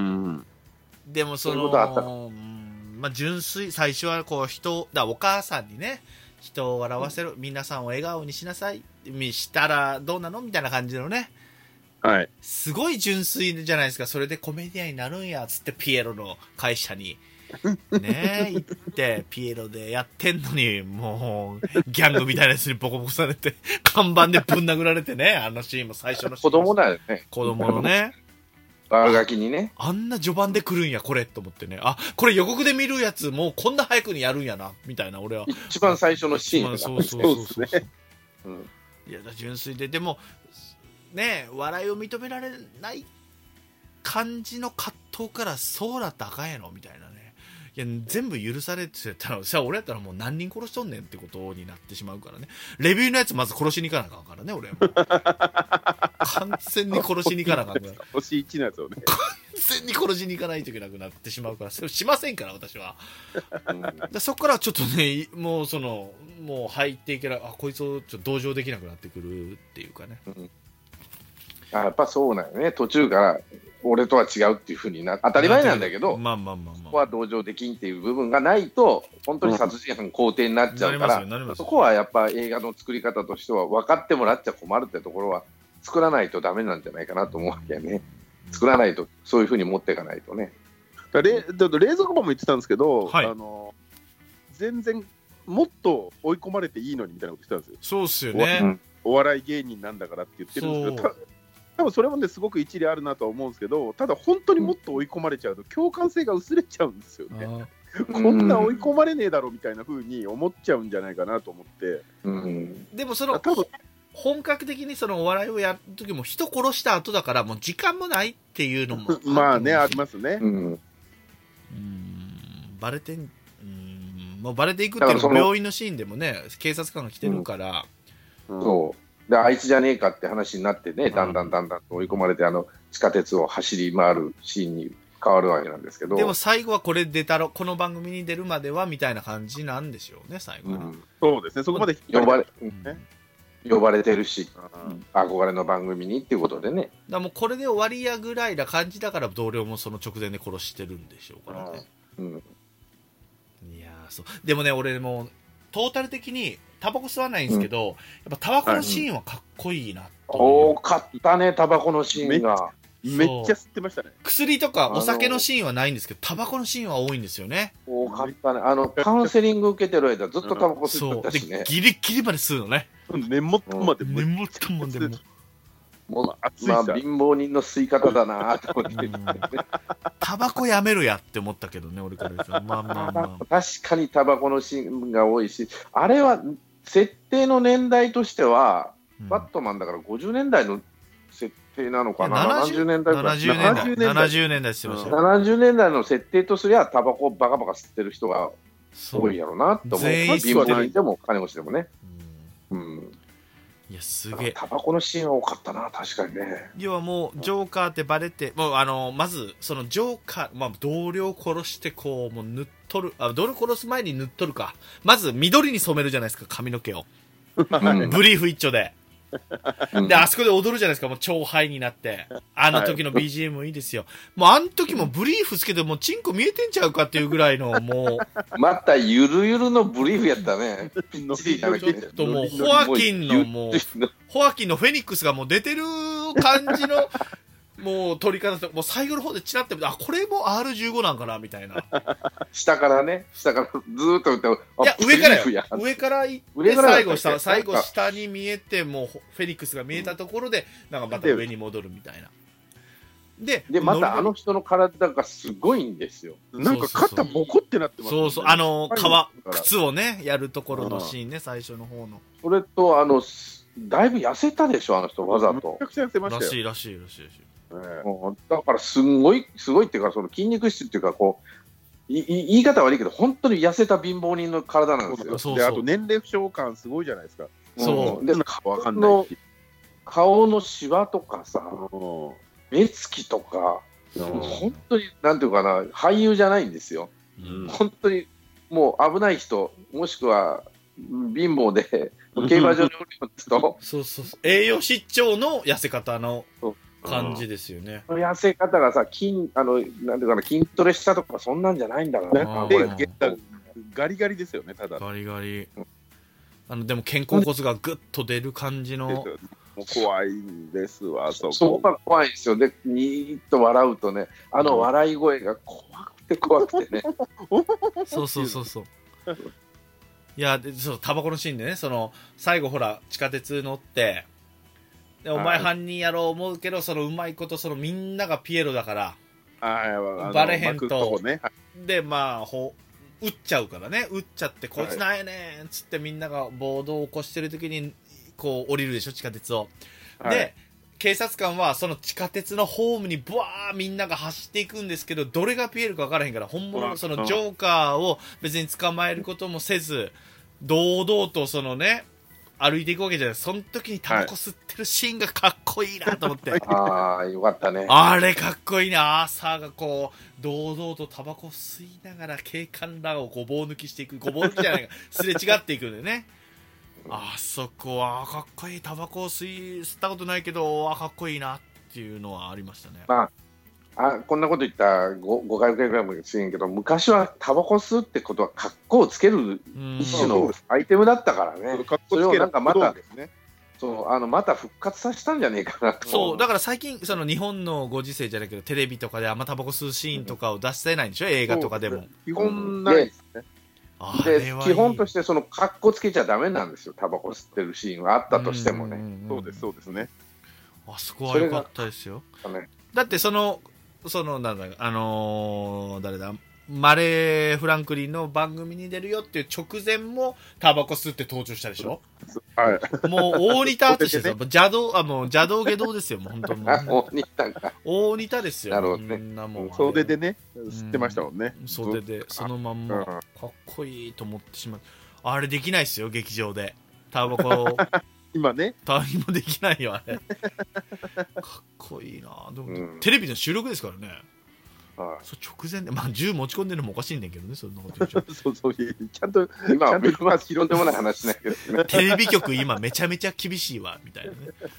でもそのそういうことあったか、うんまあ、純粋最初はこう人だお母さんにね人を笑わせる、うん、皆さんを笑顔にしなさいしたらどうなのみたいな感じのねはい、 すごい純粋じゃないですか。それでコメディアンになるんやつってピエロの会社にね行ってピエロでやってんのにもうギャングみたいなやつにボコボコされて看板でぶん殴られてねあのシーンも最初のシーン子供だよね子供のねバーガキにねあ, あんな序盤で来るんやこれと思ってねあこれ予告で見るやつもうこんな早くにやるんやなみたいな俺は一番最初のシーンがそうそうそうそうそう、うん、いや純粋ででもね笑いを認められない感じの葛藤からそうだったらあかんやろみたいなねいや全部許されてたらさあ俺やったらもう何人殺しとんねんってことになってしまうからねレビューのやつまず殺しに行かなあかんからね俺も完全に殺しに行かなあかんから星いちのやつをね完全に殺しに行かないといけなくなってしまうからそれをしませんから私は、うん、だそこからちょっとねもうそのもう入っていけないあこいつをちょっと同情できなくなってくるっていうかね、うんあやっぱそうなんよね途中から俺とは違うっていうふうにな当たり前なんだけど、 まあまあまあまあ、 そこは同情できんっていう部分がないと本当に殺人犯肯定になっちゃうから、うん、そこはやっぱ映画の作り方としては分かってもらっちゃ困るってところは作らないとダメなんじゃないかなと思うわけね。作らないとそういうふうに持っていかないとね。 だ冷蔵庫も言ってたんですけど、 はい、 あの全然もっと追い込まれていいのにみたいなこと言ってたんですよ。 そうっすよね。 お笑い芸人なんだからって言ってるんですけど、多分それもねすごく一理あるなとは思うんですけど、ただ本当にもっと追い込まれちゃうと共感性が薄れちゃうんですよね。こんな追い込まれねえだろみたいな風に思っちゃうんじゃないかなと思って、 うん、 でもその多分本格的にそのお笑いをやる時も人殺した後だからもう時間もないっていうのもまあねありますね。うん、 うんバレてん、うんもうバレていくっていうのも病院のシーンでもね警察官が来てるから、 うん、そうであいつじゃねえかって話になってね、だんだんだんだんと追い込まれてあの地下鉄を走り回るシーンに変わるわけなんですけど、 でも最後はこれ出たろこの番組に出るまではみたいな感じなんでしょうね最後は、うん、 そうですねそこまで呼ばれ、うんね、呼ばれてるし、うん、憧れの番組にっていうことでね、 だもうこれで終わりやぐらいな感じだから同僚もその直前で殺してるんでしょうからね、うん、いやそうでもね俺もトータル的にタバコ吸わないんですけど、うん、やっぱタバコのシーンはかっこいいなと、 うん、多かったねタバコのシーンがめっちゃ吸ってましたね。 薬とかお酒のシーンはないんですけどタバコのシーンは多いんですよね。 多かったね。あのカウンセリング受けてる間ずっとタバコ吸ってたしね、 でギリギリまで吸うのね。 根元まで根元までももう熱いさ、まあ、貧乏人の吸い方だなと思ってタバコやめるやって思ったけどね俺からですよ、まあまあまあ、確かにタバコのシーンが多いし、あれは設定の年代としては、うん、バットマンだからごじゅうねんだいの設定なのかな、ななじゅうねんだいななじゅうねんだいななじゅうねんだいしてました、 ななじゅうねんだいの設定とすりゃタバコバカバカ吸ってる人が多いやろうなと思う。 全員貧乏人でも金持ちでもね、うん、うん、 いやすげえタバコのシーンは多かったな確かにね。 要はもうジョーカーってバレてもうあのまずそのジョーカー、まあ、同僚を殺してこうもう塗っとるあ同僚殺す前に塗っとるかまず緑に染めるじゃないですか髪の毛を、うん、ブリーフ一丁でであそこで踊るじゃないですかもう超ハイになってあの時の ビージーエム もいいですよ、もうあの時もブリーフつけてもうチンコ見えてんちゃうかっていうぐらいのもうまたゆるゆるのブリーフやったねぴっちりちょっともうホアキンのもうホアキンのフェニックスがもう出てる感じのもう撮り方ともう最後の方でチラッてあこれも アールじゅうご なんかなみたいな下からね下からずーっと見ていや上からよ上から行って最後下最後下に見えてもうフェニックスが見えたところでなんかまた上に戻るみたいなででまたあの人の体がすごいんですよ。 なんか肩ボコってなってますね。 そうそうあの革靴をねやるところのシーンね最初の方のそれとあのだいぶ痩せたでしょあの人わざとめちゃくちゃ痩せましたよらしいらしいらしいらしいえー、だからすごいすごいっていうかその筋肉質っていうかこうい言い方悪いけど本当に痩せた貧乏人の体なんですよ。 そうそうであと年齢不詳感すごいじゃないですか。 そう、 うん、で顔わかんないし顔のシワとかさ目つきとか本当になんていうかな俳優じゃないんですよ、うん、本当にもう危ない人もしくは貧乏で競馬場におる人そうそうそう栄養失調の痩せ方の感じですよね。 痩せ方がさ筋あのなんていうかな筋トレしたとかそんなんじゃないんだからなでガリガリですよねただガリガリあのでも肩甲骨がグッと出る感じのもう怖いんですわそこそこが怖いんですよ。でにーっと笑うとねあの笑い声が怖くて怖くてねそうそうそうそういやでそうタバコのシーンでねその最後ほら地下鉄乗ってでお前犯人やろう思うけどそのうまいことそのみんながピエロだからバレへんと、ね、でまあほ撃っちゃうからね撃っちゃってこいつなんやねんつってみんなが暴動を起こしてる時にこう降りるでしょ地下鉄を、はい、で警察官はその地下鉄のホームにブワーみんなが走っていくんですけどどれがピエロか分からへんから本物のそのジョーカーを別に捕まえることもせず堂々とそのね歩いていくわけじゃない。その時にタバコ吸ってるシーンがかっこいいなと思って、はい、 ああよかったねあれかっこいいな。アーサーがこう堂々とタバコ吸いながら警官らをごぼう抜きしていくごぼう抜きじゃないかすれ違っていくんだよねあそこはかっこいいタバコを吸い吸ったことないけどあかっこいいなっていうのはありましたね。 まああこんなこと言ったらごかいぐらいかもしれんけど、昔はタバコ吸うってことは格好をつける一種のアイテムだったからね。それをなんかまた、ね、そうあのまた復活させたんじゃねえかなと。 そうだから最近その日本のご時世じゃないけどテレビとかであんまタバコ吸うシーンとかを出せないんでしょ、映画とかでも。 基本ないですね。 で基本としてその格好つけちゃダメなんですよ、タバコ吸ってるシーンはあったとしてもね。 そうですそうですね。 あそこは良かったですよ。だってそのそのなんだあのー、誰だマレー・フランクリンの番組に出るよっていう直前もタバコ吸って登場したでしょ。 はい。 もう大仁田淳ですよ。邪道あもう邪道下道ですよ。もう本当に。 大仁田か。 大仁田ですよ。 なるほどね。 みんなもう袖でね吸ってましたもんね。 袖でそのまんまかっこいいと思ってしまう。あれできないですよ劇場でタバコ。 今ね。 誰にもできないよあれ。かっこいいな。でも、うん、テレビの収録ですからね。はい、そう直前で、まあ、銃持ち込んでるのもおかしいんだけどね、そんなこと言っちゃう。 そうそう、ちゃんと、 今は別に拾ってもない話だけど、ね、 テレビ局、今、めちゃめちゃ厳しいわ、みたいなね。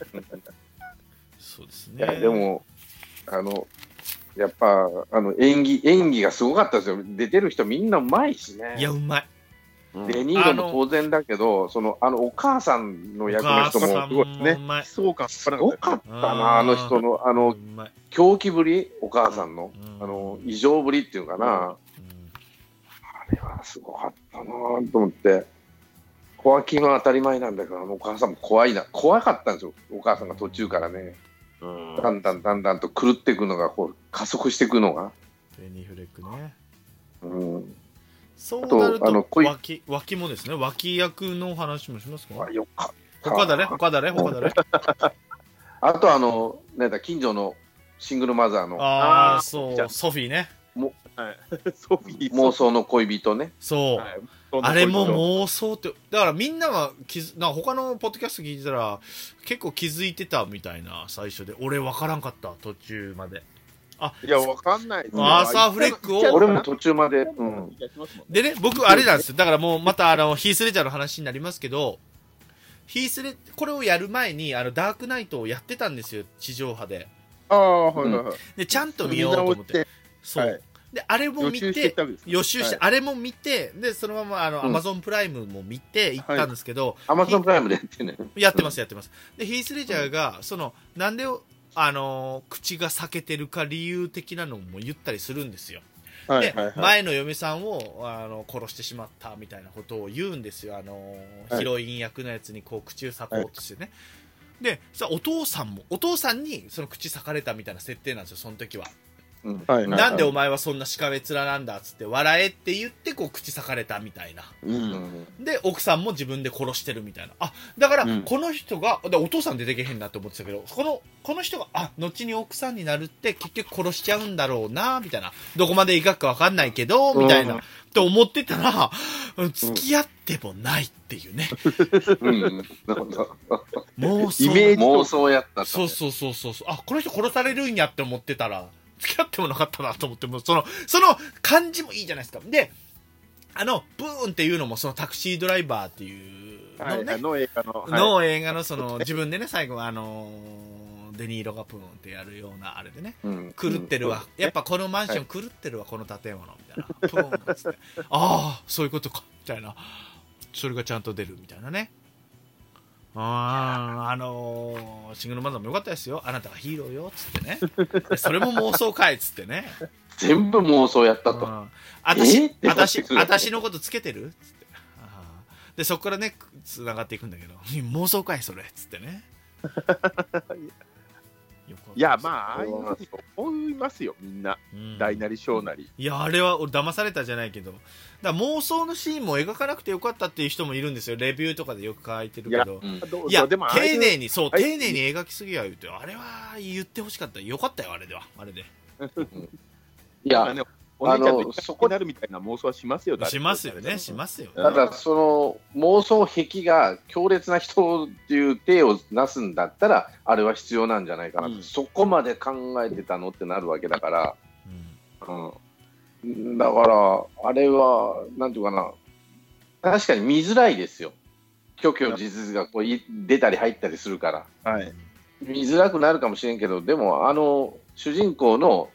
そうですね。 いや、でも、あの、やっぱ、あの演技、演技がすごかったですよ。出てる人、みんなうまいしね。 いや、うまい。 デニーロも当然だけど、そのあのお母さんの役の人もすごいね。 すごかったな、あの人のあの狂気ぶり、お母さんのあの異常ぶりっていうかな、あれはすごかったなと思って。コアキンは当たり前なんだけど、あのお母さんも怖いな、怖かったんですよ、お母さんが途中からね。だんだんだんだんと狂っていくのがこう加速していくのが。 ベニーフレックね。 うん。 そうなると脇脇もですね、脇役の話もしますか。 よか他誰他誰他誰あとあのなんだ近所のシングルマザーのああそうソフィーね。 も、はい、ソフィー妄想の恋人ね。 そう、はい、あれも妄想ってだからみんなが気づなんか他のポッドキャスト聞いてたら結構気づいてたみたいな最初で俺分からんかった途中まで。 あいやわかんない。 アーサーフレックを俺も途中まで、うん、 でね僕あれなんですよだからもうまたあのヒースレジャーの話になりますけどヒースレこれをやる前にあのダークナイトをやってたんですよ地上波で。 ああはいはいはい。 でちゃんと見ようと思ってそう、はい、であれも見て予習して、はい、あれも見てでそのままあの、うん、アマゾンプライムも見て行ったんですけど、 アマゾンプライムでやってねやってますやってます。でヒースレジャーが、うん、そのなんであのー、口が裂けてるか理由的なのも言ったりするんですよ。はいはいはい、で前の嫁さんをあの殺してしまったみたいなことを言うんですよ、あのーはい、ヒロイン役のやつにこう口を裂こうとしてね、はい、でさお父さんもお父さんにその口裂かれたみたいな設定なんですよその時は。うんはいはいはい、なんでお前はそんなしかめ面なんだっつって笑えって言ってこう口裂かれたみたいな、うん、で奥さんも自分で殺してるみたいな。あだからこの人が、うん、お父さん出てけへんなって思ってたけどこのこの人があ後に奥さんになるって結局殺しちゃうんだろうなみたいなどこまで描くか分かんないけどみたいな、うん、と思ってたら付き合ってもないっていうね、うん、妄想イメージ妄想やった、ね、 そうそうそうそうあこの人殺されるんやって思ってたら付き合ってもなかったなと思ってもそのその感じもいいじゃないですか。であのブーンっていうのもそのタクシードライバーっていうのね、はい、 の映画の、 のはい、映画のその自分でね最後あのデニーロがプーンってやるようなあれでね、うん、狂ってるわ、うん、やっぱこのマンション狂ってるわ、はい、この建物みたいなプーンっつってああそういうことかみたいなそれがちゃんと出るみたいなね。ああのー、シングルマザーも良かったですよ。あなたがヒーローよっつってねそれも妄想かいっつってね全部妄想やったと。 あたし、あたし、あたしのことつけてるっつってあでそこからねつながっていくんだけど妄想かいそれっつってねいやまあああいうの思いますよみんな、うん、大なり小なり。 いやあれは俺騙されたじゃないけどだ妄想のシーンも描かなくてよかったっていう人もいるんですよ。レビューとかでよく書いてるけどいや、うん、いやでも丁寧にそう丁寧に描きすぎは言うてあれは言ってほしかったよかったよあれではあれでいやお姉ちゃんとそこになるみたいな妄想はしますよ。 しますよねしますよね。 ただその妄想癖が強烈な人っていう体をなすんだったらあれは必要なんじゃないかなと、うん、そこまで考えてたのってなるわけだから、うんうん、だからあれはなんていうかな確かに見づらいですよ。虚虚実実がこう出たり入ったりするから、はい、見づらくなるかもしれんけどでもあの主人公の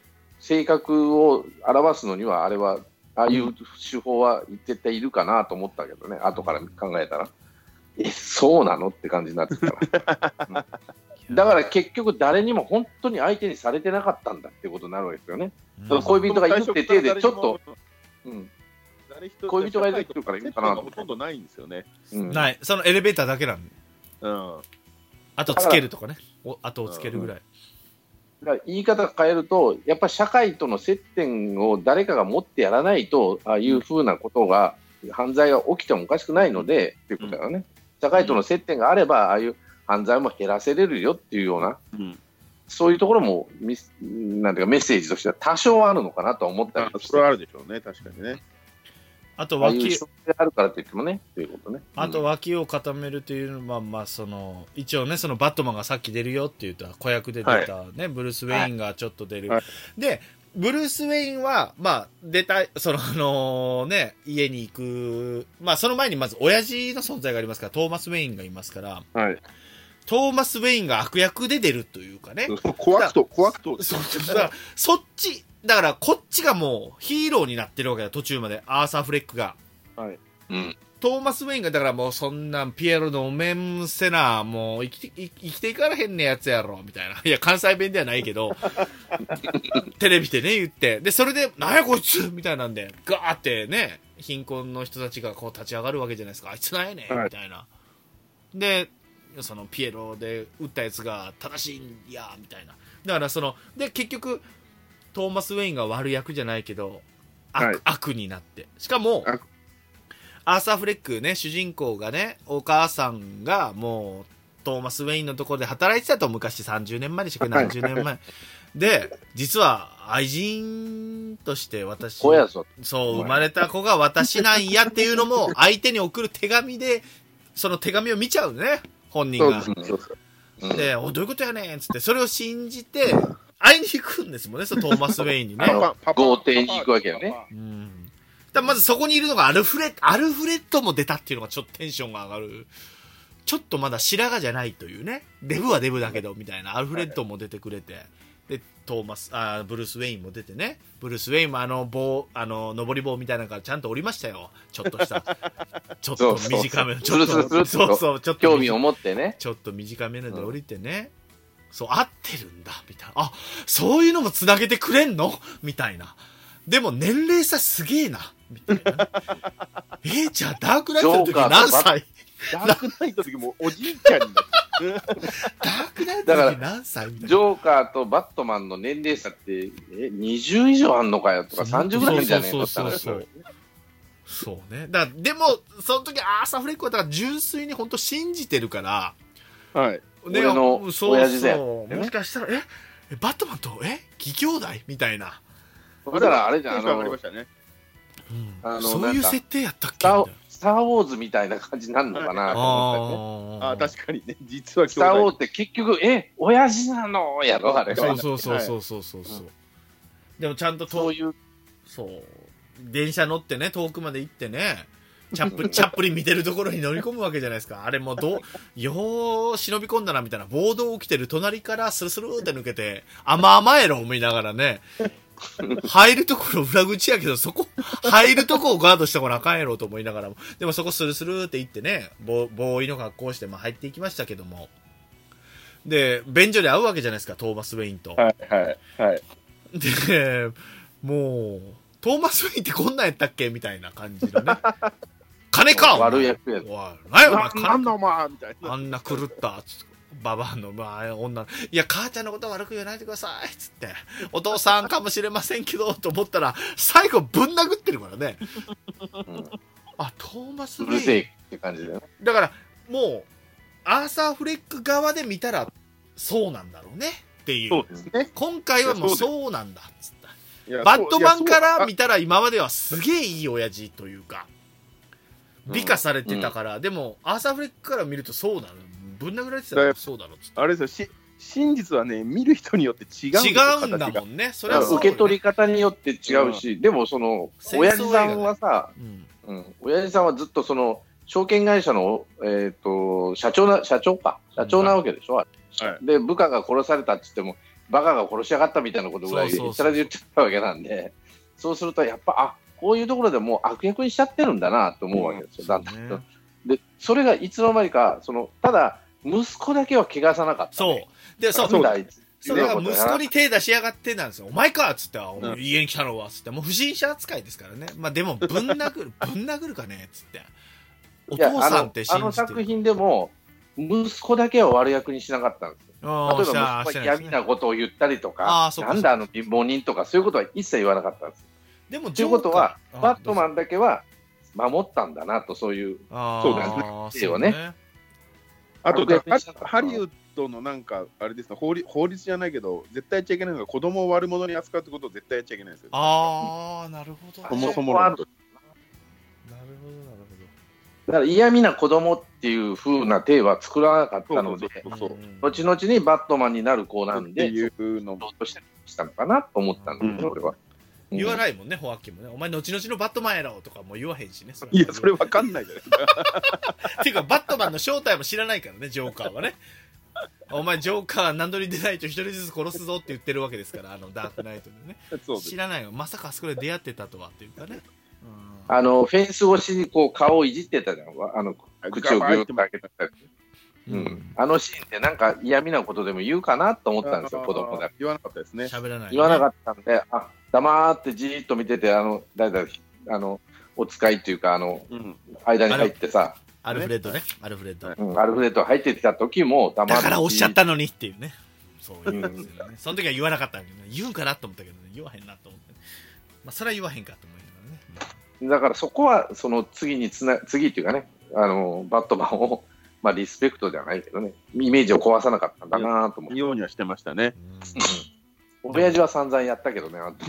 性格を表すのにはあれはああいう手法は絶対いるかなと思ったけどね、後から考えたらえそうなのって感じになってたから、うん、だから結局誰にも本当に相手にされてなかったんだってことになるわけですよね、うん、恋人がいるって体でちょっと、うん、恋人がいるってからいるかなとほとんどないんですよね、 うん、ないそのエレベーターだけなんで、 うん、 あとつけるとかね、後をつけるぐらい、 うん、だから言い方変えるとやっぱり社会との接点を誰かが持ってやらないとああいうふうなことが、うん、犯罪が起きてもおかしくないのでっていうことだよね、うん、社会との接点があればああいう犯罪も減らせれるよっていうような、うん、そういうところもなんていうかメッセージとしては多少あるのかなと思ったりして、 それはあるでしょうね、確かにね。 あと脇ああるからといってもねということね。 あと脇を固めるというのは、まあ、その一応ねそのバットマンがさっき出るよって言った子役で出た、ねはい、ブルース・ウェインがちょっと出る、はい、でブルース・ウェインはまあ出たそのあのね家に行くまあその前にまず親父の存在がありますからトーマス・ウェインがいますから、はい、トーマス・ウェインが悪役で出るというかね怖くと怖くとそ, そっちだからこっちがもうヒーローになってるわけだ途中までアーサー・フレックが、はいうん、トーマス・ウェインがだからもうそんなピエロのお面むせなもう生きて生きていかれへんねやつやろみたいないや関西弁ではないけどテレビでね言ってでそれでなんやこいつみたいなんでガーってね貧困の人たちがこう立ち上がるわけじゃないですかあいつなんやねんみたいな、はい、でそのピエロで撃ったやつが正しいんやみたいなだからそので結局トーマス・ウェインが悪役じゃないけど 悪,、はい、悪になってしかもアーサー・フレックね主人公がねお母さんがもうトーマス・ウェインのところで働いてたと昔さんじゅうねんまえでしたっけ何十年前で実は愛人として私そう生まれた子が私なんやっていうのも相手に送る手紙でその手紙を見ちゃうね本人がでおどういうことやねんっつってそれを信じて会いに行くんですもんね、そのトーマス・ウェインにね。 豪邸に行くわけよね。 うん、だまずそこにいるのがアルフレッド、アルフレッドも出たっていうのがちょっとテンションが上がる。ちょっとまだ白髪じゃないというね。デブはデブだけど、みたいな。アルフレッドも出てくれて。で、トーマス、あブルース・ウェインも出てね。ブルース・ウェインもあの棒、あの、登り棒みたいなのからちゃんと降りましたよ。ちょっとした。ちょっと短めの。ちょっと、そうそう、ちょっと。 興味を持ってね。 ちょっと短めので降りてね。うんそう合ってるんだみたいなあそういうのもつなげてくれんのみたいなでも年齢差すげえなみたいなえー、じゃあダークナイトの時何歳ダークナイトの時もうおじいちゃんになってダークナイトの時何歳みたいなジョーカーとバットマンの年齢差ってえにじゅう以上あんのかよとかさんじゅうぐらいじゃねえのって話そうそうねだでもその時アーサー・フレックはだから純粋に本当信じてるからはいね、俺の親父だよ、 ね、もしかしたらえバットマンとえ義兄弟みたいなそしたらあれじゃんあの、 ねうん、あのそういう設定やったっけスター・ウォーズみたいな感じになるのかなと思ったねああ確かにね実はスター・ウォーズって結局え親父なのやろあれそうそうそうそうそうそうそう、はい、でもちゃんとそういうそう電車乗ってね遠くまで行ってねチャップチャップリン見てるところに乗り込むわけじゃないですかあれもうどうよう忍び込んだなみたいな暴動起きてる隣からスルスルって抜けて甘々やろ思いながらね入るところ裏口やけどそこ入るとこをガードした方があかんやろと思いながらもでもそこスルスルって行ってねボボーイの格好してまあ入っていきましたけどもで便所で会うわけじゃないですかトーマス・ウェインとはいはいはいでもうトーマス・ウェインってこんなんやったっけみたいな感じのね金か悪い役やお前何やお前なんだお前みたいなあんな狂ったババアの、まあ、女いや母ちゃんのことは悪く言わないでくださいっつってお父さんかもしれませんけどと思ったら最後ぶん殴ってるからね、うん、あトーマス・ウェインうるせえって感じだよだからもうアーサー・フレック側で見たらそうなんだろうねっていうそうですね今回はもうそうなんだっつってバットマンから見たら今まではすげえいい親父というか美化されてたから、うん、でもアーサー・フレックから見るとそうなのぶん殴られてたらそうだろっつってあれですよし真実はね見る人によって違うん違うんだもんねそれはそう、ね、 受け取り方によって違うし、うん、でもその親父さんはさ、うんうん、親父さんはずっとその証券会社の、えー、と社長な社長か社長なわけでしょ、うんはい、で部下が殺されたって言ってもバカが殺しやがったみたいなことぐらいそうそうそう言っちゃったわけなんで、そうするとやっぱあこういうところでもう悪役にしちゃってるんだなと思うわけですよ、だんだんと。 そうねでそれがいつの間にかそのただ息子だけは汚さなかった、 そうね、 でそうなんだあいつそうだから息子にね手出しやがってなんですよ。お前かっつって、 ん家に来たのはっつってもう不審者扱いですからね。まあでもぶん殴るぶん殴るかねっつっておいや父さんって信あのあじてるの作品でも息子だけは悪役にしなかったんですよ。 あー例えしてなば息子がしてないですね嫌味なことを言ったりとあかーそうかなんだあの貧乏人とかそういうことは一切言わなかったんですよ。 でもということはジョーカーバットマンだけは守ったんだなと、そういうあーそうですねそうねあと悪役にしなかったハリウッドのなんかあれですね、法律法律じゃないけど絶対やっちゃいけないのが子供を悪者に扱うってことを絶対やっちゃいけないんですよ。 ああなるほどねそもそもそこはあるのことなるほどなるだから嫌味な子供っていう風な体は作らなかったので、 そうそうそう後々にバットマンになる子なんで、 っていうのどうとしてしたのかなと思ったんですよ、 うん俺は。 言わい。 ないもんね、ホアキンもね。お前、後々のバットマンやろとかも言わへんしね。 いやそれわかんないじゃないですか。 ていうか、バットマンの正体も知らないからね、ジョーカーはね。お前、ジョーカー何度に出ないと一人ずつ殺すぞって言ってるわけですから、あのダークナイトでね。 そうです知らないよ。まさかあそこで出会ってたとはっていうかね。うんあのフェンス越しにこう顔をいじってたじゃん、あの口をギュッと開けてたり、うんうんあのシーンってなんか嫌味なことでも言うかなと思ったんですよ、子供だけ。 言わなかったですね。 喋らない、 言わなかっったんで、あ黙ってじーっと見てて、あの誰だあのお使いっていうか、あのうん。 間に入ってさ、 た。アルフレッドね。アルフレッド。 はいうんアルフレッドが入ってきた時も黙ってだからおっしゃったのにっていうね。そういうんうんですよね。その時は言わなかったんだけどね。言うんかなと思ったけどね。言わへんなと思って、ね。まあ、それは言わへんかと思いながらね。 だからそこはその次につな次っていうかね、あのバットマンを、まあ、リスペクトじゃないけどね、イメージを壊さなかったんだなと思って。 ようにはしてましたね。 親父は散々やったけどね、あんた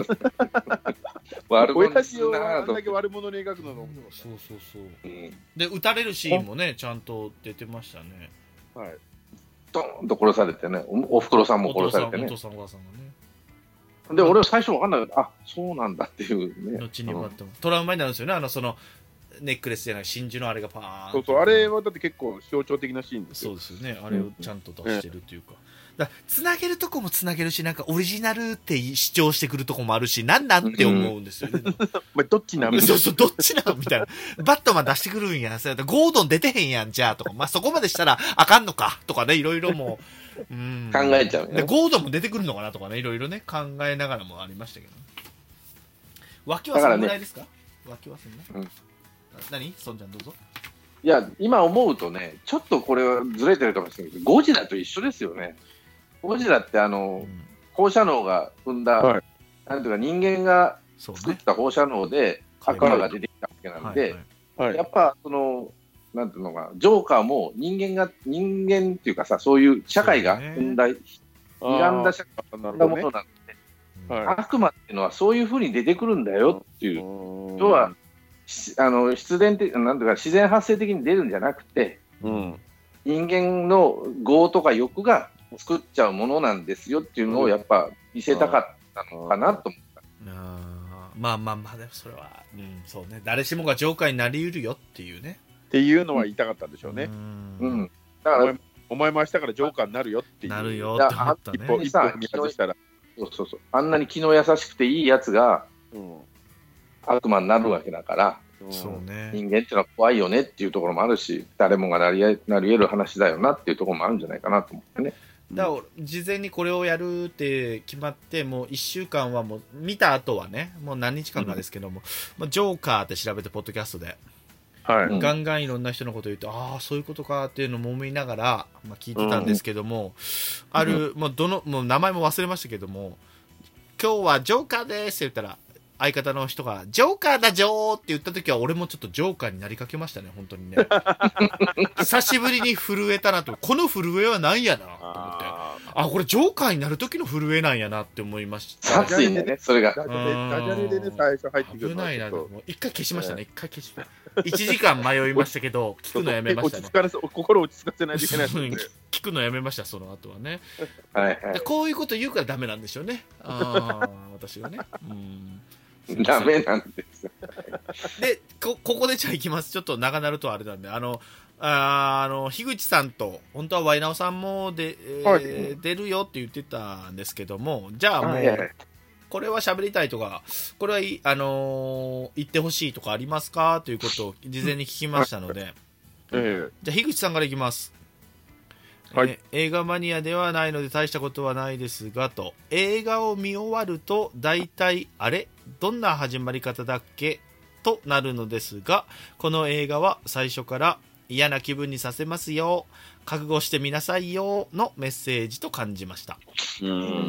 悪者親にす父をるなとあんだけ悪者に描くのの。 そうそうそう。 うんで、撃たれるシーンもね、ちゃんと出てましたね。 はい。 ドーンと殺されてね、おおふくろさんもお父さん、 殺されてねお父。さん、お母さんがね。 で、俺は最初分かんないけど、あそうなんだっていうね。 後にバットマントラウマになるんですよね。あの、その、ネックレスじゃない、真珠のあれがパーンそうそう、あれはだって結構象徴的なシーンですよ。 そうですよね。あれをちゃんと出してるっていうか。だからつなげるとこもつなげるし、なんかオリジナルって主張してくるとこもあるし、なんなんって思うんですよね。 お前どっちなみたいなそうそう、どっちなんみたいな。バットマン出してくるんや。そうやったらゴードン出てへんやん、じゃあ、とか。まあ、そこまでしたらあかんのか、とかね、いろいろもう。うん考えちゃうねで、ゴードンも出てくるのかなとかね、いろいろね、考えながらもありましたけど。脇はそのぐらいですか、脇はそんな、 うん何そんちゃんどうぞ。 いや、今思うとね、ちょっとこれはずれてるかもしれないけど、ゴジラと一緒ですよね。ゴジラってあの、 うん放射能が生んだ、 はいなんていうか人間がそうね。 作った放射能ではい悪魔が出てきたわけなんで、 はいはいはいやっぱその、なんていうのかな、ジョーカーも人間が、人間っていうかさ、そういう社会が生んだ、歪んだ社会なるほどねが生んだもの。なんで、 は悪魔っていうのはそういうふうに出てくるんだよってい。 いう、要は、しあの必然的なんていうか自然発生的に出るんじゃなくて、 うん。 人間の業とか欲が作っちゃうものなんですよっていうのをやっぱ見せたかったのかなと思った。 あーまあまあまあ、でもそれは、うん、そうね。誰しもがジョーカーになりうるよっていうね。 っていうのは言いたかったんでしょうね。 ううんん、だからお前お前も明日からジョーカーになるよっていう。 なるよって思った一歩ね。 一歩踏み外したら。 そうそうそう、あんなに気の優しくていいやつがうん悪魔になるわけだから、 そうね。 人間っていうのは怖いよねっていうところもあるし、誰もがなりえなり得る話だよなっていうところもあるんじゃないかなと思ってね。 だから事前にこれをやるって決まってもういっしゅうかんはもう見た後はねもう何日間かですけども、まあ、ジョーカーって調べてポッドキャストで、 はい。 うんガンガンいろんな人のこと言ってああそういうことかっていうのも思いながら、まあ、聞いてたんですけども、あるもうどのもう名前も忘れましたけども今日はジョーカーですって言ったら相方の人がジョーカーだジョーって言った時は俺もちょっとジョーカーになりかけましたね本当にね久しぶりに震えたなとこの震えは何やなと思ってああこれジョーカーになる時の震えなんやなって思いました殺意でね、それがー。ダジャレダジャレでね、最初入ってくる危のはないなもちょっとう一回消しましたね一回消したいちじかん迷いましたけど聞くのやめましたね落ち着かれそう心を落ち着かせないといけないですね。 聞くのやめましたその後はねはいはでこういうこと言うからダメなんでしょうねああ私がねうんい、ダメなんですよ。 でこここでじゃあ行きますちょっと長なるとあれなんであのああの樋口さんと本当はワイナオさんもで、えーはい、出るよって言ってたんですけども、じゃあもう、はいはい、これは喋りたいとか、これはあのー、言ってほしいとかありますかということを事前に聞きましたので、 えー、 じゃあ樋口さんからいきます。はい、え映画マニアではないので大したことはないですがと、映画を見終わると大体あれどんな始まり方だっけとなるのですが、この映画は最初から嫌な気分にさせますよ、覚悟してみなさいよのメッセージと感じました。 うん、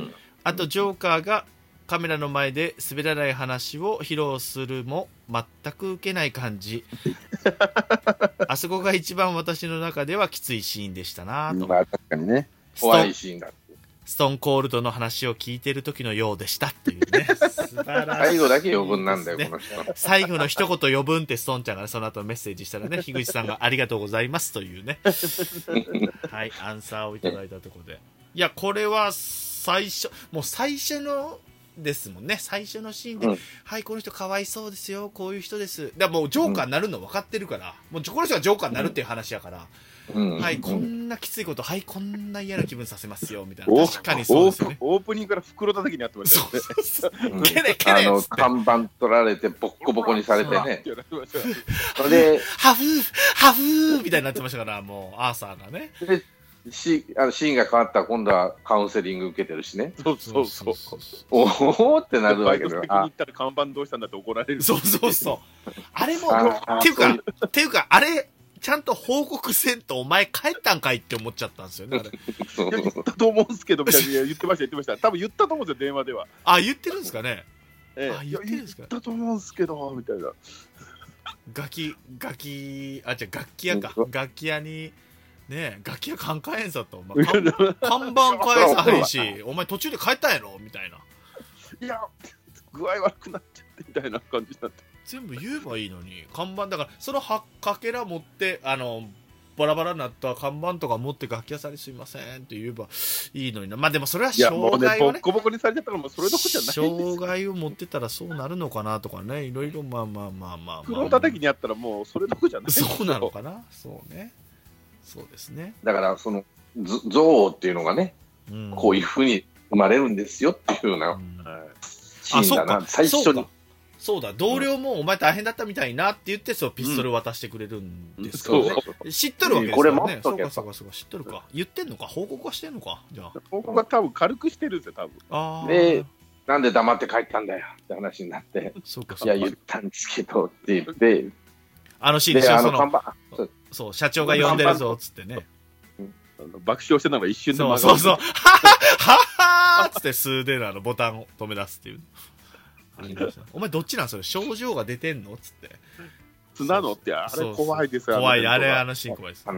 あとジョーカーがカメラの前で滑らない話を披露するも全く受けない感じあそこが一番私の中ではきついシーンでしたなと。 まあ確かにね、怖いシーンがストーンコールドの話を聞いてる時のようでしたっていうね素晴らしい、 最後だけ余分なんだよ、ね、この人最後の一言余分ってストーンちゃんが、ね、その後メッセージしたらね、樋口さんがありがとうございますというねはいアンサーをいただいたところで、いやこれは最初もう最初のですもんね、最初のシーンで、うん、はいこの人かわいそうですよ、こういう人です、だからもうジョーカーになるの分かってるから、うん、もうこの人がジョーカーになるっていう話やから、うん、はいこんなきついこと、はいこんな嫌な気分させますよみたいな、確かにそうですよね。 オープニングから袋叩きにあってましたよね。 そうそうそうケネケネあの看板取られてボッコボコにされてねそれでハフーハフーみたいになってましたから、もうアーサーがね、 でシあのシーンが変わったら今度はカウンセリング受けてるしね。 そうそうそう。 おおってなるわけだよ。 あ、行ったら看板どうしたんだって怒られる。 そうそうそう。あれもっていうかっていうかあれちゃんと報告せんとお前帰ったんかいって思っちゃったんですよね。あれいや言ったと思うんですけどみたいな、言ってました言ってました。多分言ったと思うんですよ電話では。 あ言ってるんですかね。 ええ、 あ言ってるんですか。 言ったと思うんですけどみたいな。 楽器楽器あじゃ楽器屋か楽器屋に。ねえ楽器屋考えんさと、まあ、看板返さへんしお前途中で帰ったんやろみたいな、 いや具合悪くなっちゃってみたいな感じになって、 全部言えばいいのに、看板だからそのはかけら持ってあのバラバラになった看板とか持って楽器屋さんにすいませんって言えばいいのにな。まあでもそれは障害をね、 ボッコボコにされちゃったらもうそれどころじゃないんですよ。 障害を持ってたらそうなるのかなとかね、いろいろまあまあまあまあまあ黒叩きにあったらもうそれどころじゃない。 そうなのかな、そうね、そうですね。 だからその憎悪っていうのがね、うん、こういうふうに生まれるんですよっていうような、うん、シーンだな。最初にそうだ同僚もお前大変だったみたいなって言ってそうピストル渡してくれるんですからね、うん、知っとるわけですからね。そうかそうかそうか知っとるか、言ってんのか、報告はしてんのか。じゃあ報告は多分軽くしてるんですよ多分。 あでなんで黙って帰ったんだよって話になって、 そうかいや言ったんですけどって言ってあのシーンでしょ、そのそう社長が呼んでるぞっつってね、 爆笑してたのが一瞬でそうそうそうはははっつって数でのあのボタンを止め出すっていうお前どっちなんそれ、症状が出てんのっつってつなのってあれ怖いですよ。 怖いあれあのシーン怖いです、 ね、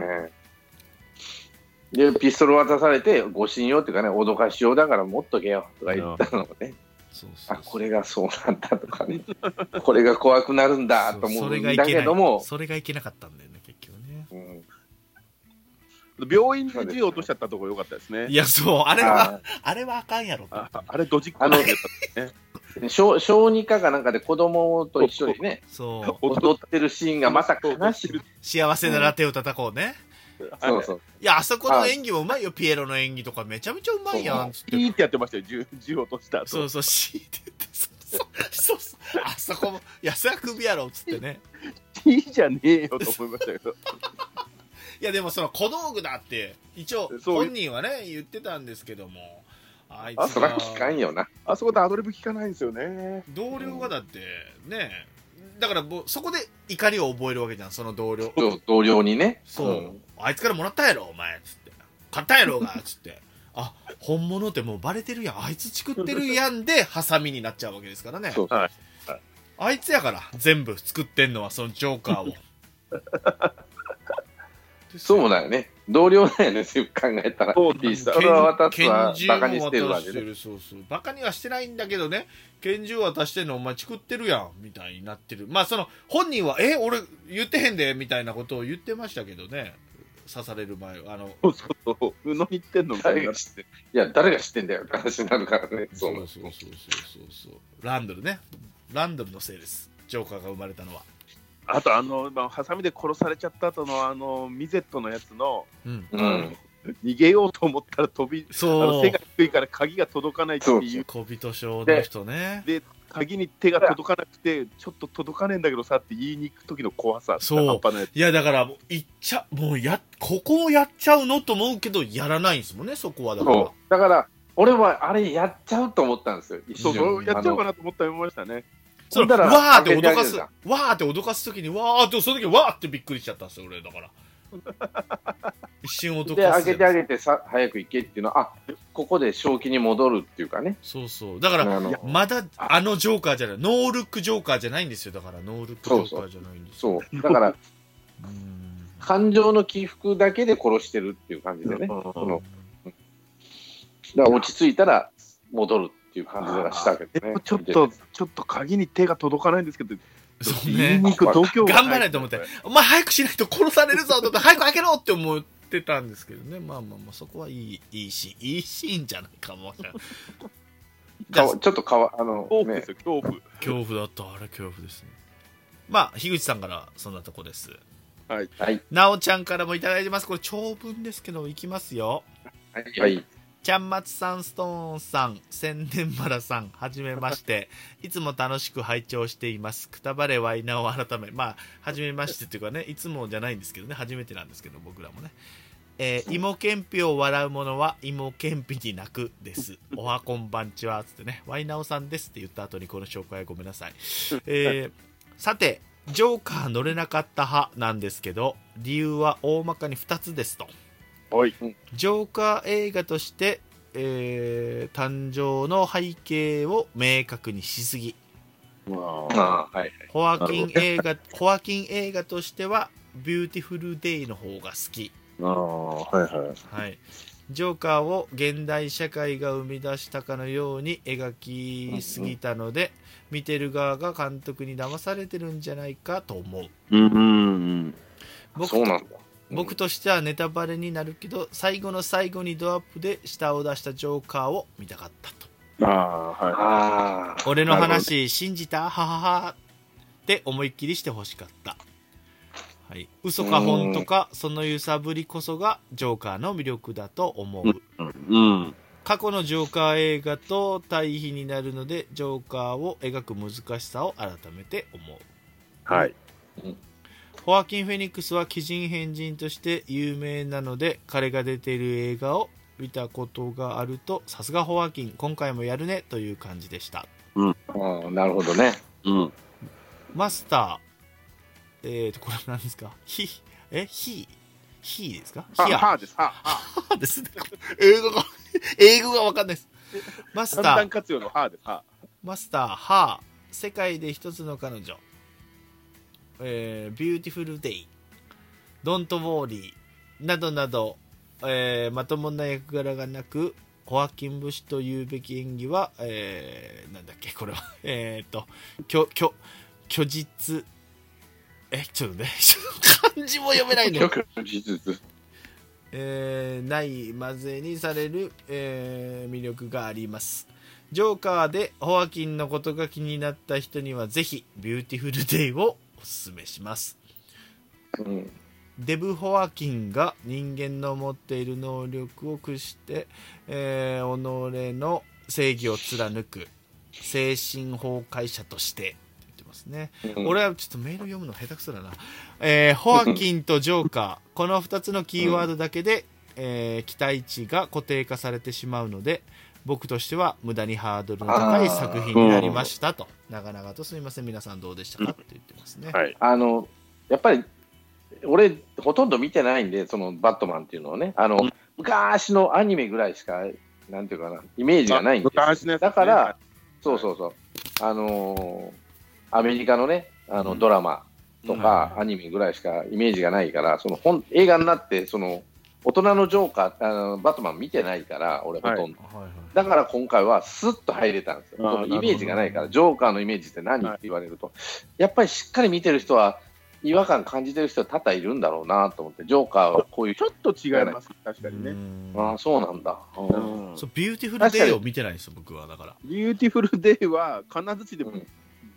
でピストル渡されてご信用っていうかね、脅かしようだから持っとけよとか言ったのもね、そうそうそう、あこれがそうなんだとかねこれが怖くなるんだと思うんだけども、 それがいけなかったんだよね結局ね、 うん、病院で銃落としちゃったとこ良かったですね。 いやそうあれはあれはあかんやろ、 ああれドジックだったね。 小, 小児科かなんかで子供と一緒にねそう踊ってるシーンがまた悲しい。 幸せなら手を叩こうね、 うん、そうそう、 いやあそこの演技もうまいよ、ピエロの演技とかめちゃめちゃうまいやんつって、 ピーってやってましたよ、銃銃落とした後。 そうそうシーって言ってそうそうそうあそこも安田首やろっつってねいいじゃねえよと思いましたけどいやでもその小道具だって一応本人はね言ってたんですけども、 あいつあそこは聞かんよな。 あそこでアドリブ聞かないんですよね。 同僚がだってね、だからもうそこで怒りを覚えるわけじゃん、その同僚。 同僚にね。 そう、うん、あいつからもらったやろお前つって買ったやろがつってあ本物ってもうバレてるやん、あいつ作ってるやんでハサミになっちゃうわけですからね。 そう、はいはい、 あいつやから全部作ってんのはそのジョーカーをそうだよね、同僚だよね、そう考えたら。それは私はバカにしてるわけで、 そうそうバカにはしてないんだけどね、拳銃渡してんのお前作ってるやんみたいになってる。まあその本人はえ俺言ってへんでみたいなことを言ってましたけどね、刺される前あのそうそうそう何言ってんのみたいな、いや誰が知ってんだよって話になるからね。 そうそうそうそうそうそうランドルね、ランドルのせいです、ジョーカーが生まれたのは。 あとあの、まあ、ハサミで殺されちゃった後のあのミゼットのやつの、 うんうん、逃げようと思ったら飛び、 そうあの背が低いから鍵が届かないっていう、 小人症の人ね。 で鍵に手が届かなくて、ちょっと届かねえんだけどさって言いに行く時の怖さ、 そう半端ない。 いやだからもう行っちゃもうやここをやっちゃうのと思うけどやらないんですもんね、そこは。だからそうだから俺はあれやっちゃうと思ったんですよ。 そうそうやっちゃうかなと思ったら思いましたね。 それわーって脅かすわーって脅かす時にわーってその時わーってびっくりしちゃったんですよ俺だから一瞬脅かすで開けてあげてさ早く行けっていうのは、あここで正気に戻るっていうかね。 そうそうだからまだあのジョーカーじゃない、ノールックジョーカーじゃないんですよ。だからノールックジョーカーじゃないんですよ。 そうそうだから感情の起伏だけで殺してるっていう感じでね、そのだから落ち着いたら戻るっていう感じがしたけどね。 ちょっとちょっと鍵に手が届かないんですけど、 そうね、 度胸が頑張れと思って、お前早くしないと殺されるぞと早く開けろって思ってたんですけどね。まあまあまあそこはいいいいしいいシーンじゃないかも。 ちょっとかわあの恐怖ですよ、恐怖恐怖だった。あれ恐怖ですね。まあ樋口さんからそんなとこです。 はいはい。 なおちゃんからもいただいてます。これ長文ですけどいきますよ。 はいはい。 ちゃんまつさん、ストーンさん、千年原さん、はじめまして。いつも楽しく拝聴しています。くたばれわいなお改め。まあ、はじめましてというかね、いつもじゃないんですけどね、初めてなんですけど、僕らもね。えー、芋けんぴを笑う者は芋けんぴに泣くです。おはこんばんちは。つってね、わいなおさんですって言った後にこの紹介ごめんなさい。えー、さて、ジョーカー乗れなかった派なんですけど、理由は大まかにふたつですと。 はい、 ジョーカー映画として、えー、誕生の背景を明確にしすぎ。 あ、はいはい、 ホアキン映画、ホアキン映画としてはビューティフルデイの方が好き。 あ、はいはいはい、ジョーカーを現代社会が生み出したかのように描きすぎたので、うんうん、見てる側が監督に騙されてるんじゃないかと思う。 うんうんうん、 僕そうなんだ。 僕としてはネタバレになるけど、最後の最後にドアップで舌を出したジョーカーを見たかったと。 あ、はい、 あ俺の話信じたはははって思いっきりしてほしかった。はい、嘘か本とかその揺さぶりこそがジョーカーの魅力だと思う、 うんうん、 過去のジョーカー映画と対比になるのでジョーカーを描く難しさを改めて思う。 はい、 うん、ホアキン・フェニックスは奇人変人として有名なので、彼が出ている映画を見たことがあると、さすがホアキン今回もやるねという感じでした。 うん、あ、なるほどね。 うん、 マスター、えーとこれ何ですか？ヒえヒヒですか？ヒアはです。ははですね。英語が英語が分かんないです。マスター簡単活用のはです。はマスターは世界で一つの彼女、えー、ビューティフルデイ、ドントウォーリーなどなど、えー、まともな役柄がなく、ホアキン節というべき演技は、えー、なんだっけこれはえっと虚虚虚実えちょっとね漢字も読めないの虚実、 えー、ない混ぜにされる、えー、魅力があります。ジョーカーでホアキンのことが気になった人にはぜひビューティフルデイをおすすめします、 うん、 デブ・ホアキンが人間の持っている能力を駆使して、えー、己の正義を貫く精神崩壊者として言ってますね、うん、俺はちょっとメール読むの下手くそだな、えー、ホアキンとジョーカーこのふたつのキーワードだけで、えー、期待値が固定化されてしまうので、僕としては無駄にハードルの高い作品になりましたと。長々とすみません、皆さんどうでしたかって言ってますね、 はい、 あのやっぱり俺ほとんど見てないんで、そのバットマンっていうのはね、あの、うん、昔のアニメぐらいしかなんていうかなイメージがないんですよ、ね、だからそうそうそうあのー、アメリカのねあのドラマとか、うん、アニメぐらいしかイメージがないから、その本映画になってその大人のジョーカーあのバットマン見てないから俺ほとんど、はいはいはい、だから今回はスッと入れたんですよ。そのイメージがないから、ジョーカーのイメージって何って言われると、はい、やっぱりしっかり見てる人は違和感感じてる人は多々いるんだろうなと思って、ジョーカーはこういうちょっと違います、確かにね。 ああそうなんだ、うん、 そうビューティフルデイを見てないんですよ僕は。だからビューティフルデイは必ずしでも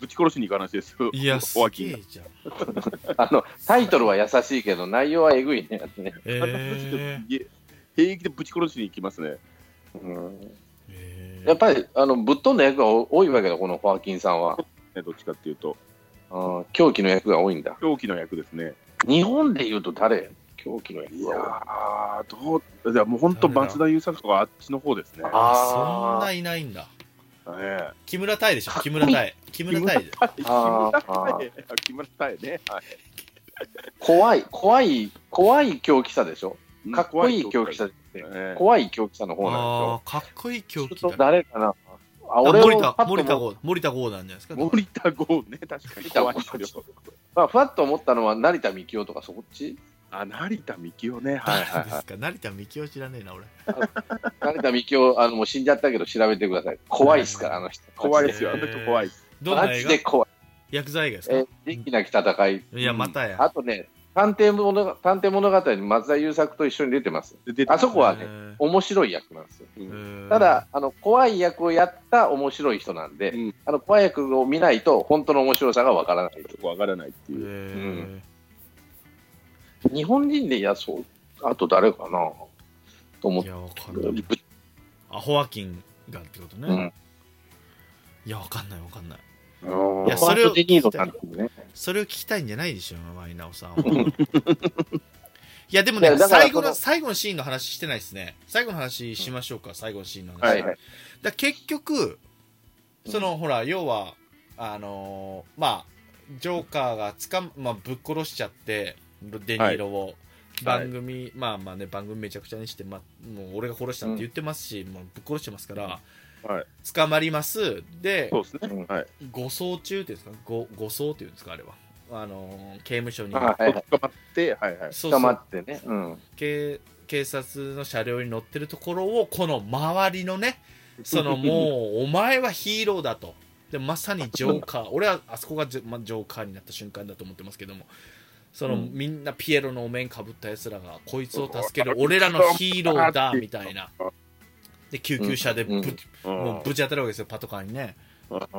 ぶち殺しに行く話ですよ。 いや、すげえじゃん。 あのタイトルは優しいけど内容はえぐいね。ねえー、 平気でぶち殺しに行きますね。 うんえー、 やっぱりあのぶっ飛んだ役が多いわけだ、このホアキンさんは。 どっちかっていうと。 あ狂気の役が多いんだ。 狂気の役ですね。 日本でいうと誰？狂気の役いやー、どう、いやもう本当、松田優作とかあっちの方ですね。 あそんないないんだ。 ね、 木村多江でしょ、木村多江。木村多江で。 木村多江ね。はい、 怖い、怖い、怖い狂気さでしょ。かっこいい狂気さで、ね、怖い狂気さの方なんでしょ。 あかっこいい狂気だ。誰かな。 あ、俺森田森田剛、森田剛なんじゃないですか。 森田剛ね、確かに怖い人。 まあ、ふわっと思ったのは成田幹雄とかそっち。 あ、成田幹雄ね。はいはいはい。 成田幹雄知らねえな俺。 成田幹雄、あのもう死んじゃったけど調べてください。怖いっすから、あの人。 怖いですよ。あの人怖いです。 マジで怖い。 薬剤映画ですか。 え、元気なき戦い。 いやまたや。 あとね、探偵物探偵物語に松田優作と一緒に出てます。あそこはね、面白い役なんですよ。ただあの怖い役をやった面白い人なんで、うん、あの怖い役を見ないと本当の面白さがわからない。 わからないっていう。うん日本人でいやそうあと誰かなと思って。いやわかんない。 あホアキンがってことね。うん、いやわかんないわかんない。 いやそれを聞きたい、ね、 それを聞きたいんじゃないでしょワイナオさんは。いやでもね最後の最後のシーンの話してないですね。最後の話しましょうか、うん、最後のシーンの話。はいはい、だ結局その、うん、ほら要はあのー、まあジョーカーがつか、まあ、ぶっ殺しちゃってデニーロを、はい、番組、はい、まあまあね番組めちゃくちゃにして、まあ、もう俺が殺したって言ってますし、うん、もうぶっ殺してますから、 はい、 捕まりますで、 そうですね、はい、 護送中っていうんですか、護護送っていうんですかあれは、あの刑務所に捕まって、はいはい、 捕まってね、うん、 警警察の車両に乗ってるところをこの周りのね、そのもうお前はヒーローだと、でまさにジョーカー、俺はあそこがジョーカーになった瞬間だと思ってますけども。その、うん、みんなピエロのお面かぶったやつらがこいつを助ける俺らのヒーローだみたいなで救急車でぶ、うん、もうぶち当たるわけですよパトカーにね、うん、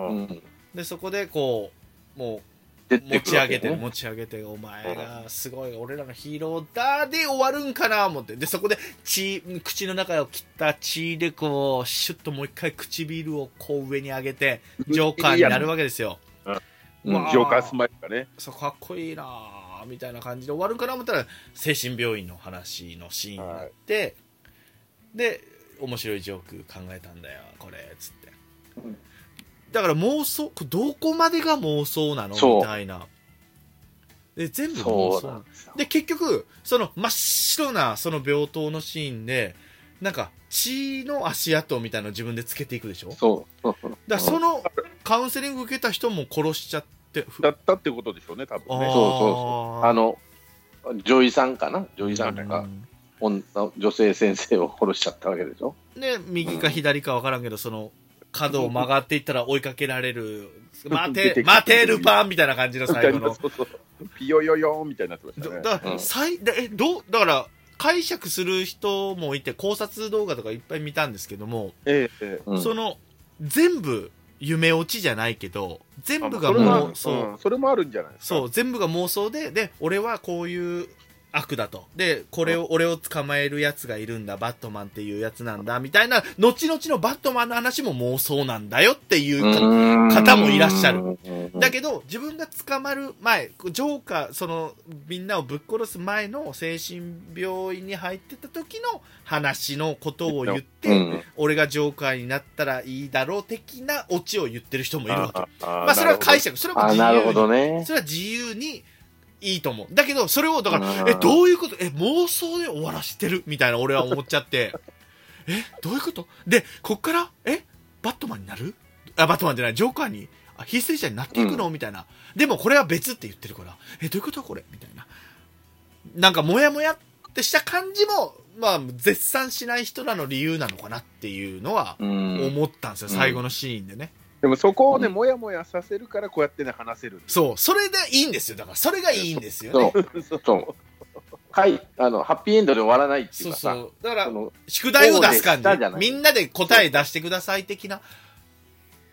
でそこでこうもう持ち上げて、ね、持ち上げてお前がすごい俺らのヒーローだで終わるんかな思って、でそこで血口の中を切った血でこうシュッともう一回唇をこう上に上げてジョーカーになるわけですよ、 うん、ジョーカースマイルがね、 そうかっこいいなみたいな感じで終わるかな思ったら精神病院の話のシーンになって、はい、で面白いジョーク考えたんだよこれっつって、うん、だから妄想どこまでが妄想なのみたいなで全部妄想なんで結局その真っ白なその病棟のシーンでなんか血の足跡みたいなのを自分でつけていくでしょ。 そうだからそのカウンセリング受けた人も殺しちゃってだったってことでしょうね多分ね。 そうそうそうあの女医さんかな女医さんとか、うん、女性先生を殺しちゃったわけでしょ。 で右か左か分からんけどその角を曲がっていったら追いかけられる待て待てルパンみたいな感じの最後のそうそうピヨヨヨみたいになってましたね。 だから、うん、最えどうだから解釈する人もいて考察動画とかいっぱい見たんですけども、 ええええ、 その全部夢落ちじゃないけど全部がもうそう、 うん、それもあるんじゃないですか。 そう全部が妄想でで俺はこういう悪だとでこれを、うん、俺を捕まえるやつがいるんだバットマンっていうやつなんだみたいな後々のバットマンの話も妄想なんだよっていう方もいらっしゃる。だけど自分が捕まる前ジョーカーそのみんなをぶっ殺す前の精神病院に入ってた時の話のことを言って、うん、俺がジョーカーになったらいいだろう的なオチを言ってる人もいるわけ。まあそれは解釈それは自由に、ね、それは自由にいいと思う。だけどそれをだからえどういうことえ妄想で終わらしてるみたいな俺は思っちゃってえどういうことでこっからえバットマンになるあバットマンじゃないジョーカーにあヒースレジャーになっていくの、うん、みたいな。でもこれは別って言ってるからえどういうことこれみたいななんかモヤモヤってした感じもまあ絶賛しない人らの理由なのかなっていうのは思ったんですよ、うん、最後のシーンでね。 でもそこをね、うん、もやもやさせるからこうやってね話せる。 そうそれでいいんですよ。だからそれがいいんですよね。 そうそうはいあのハッピーエンドで終わらないっていうかさ。 そうそうだから宿題を出す感じみんなで答え出してください的な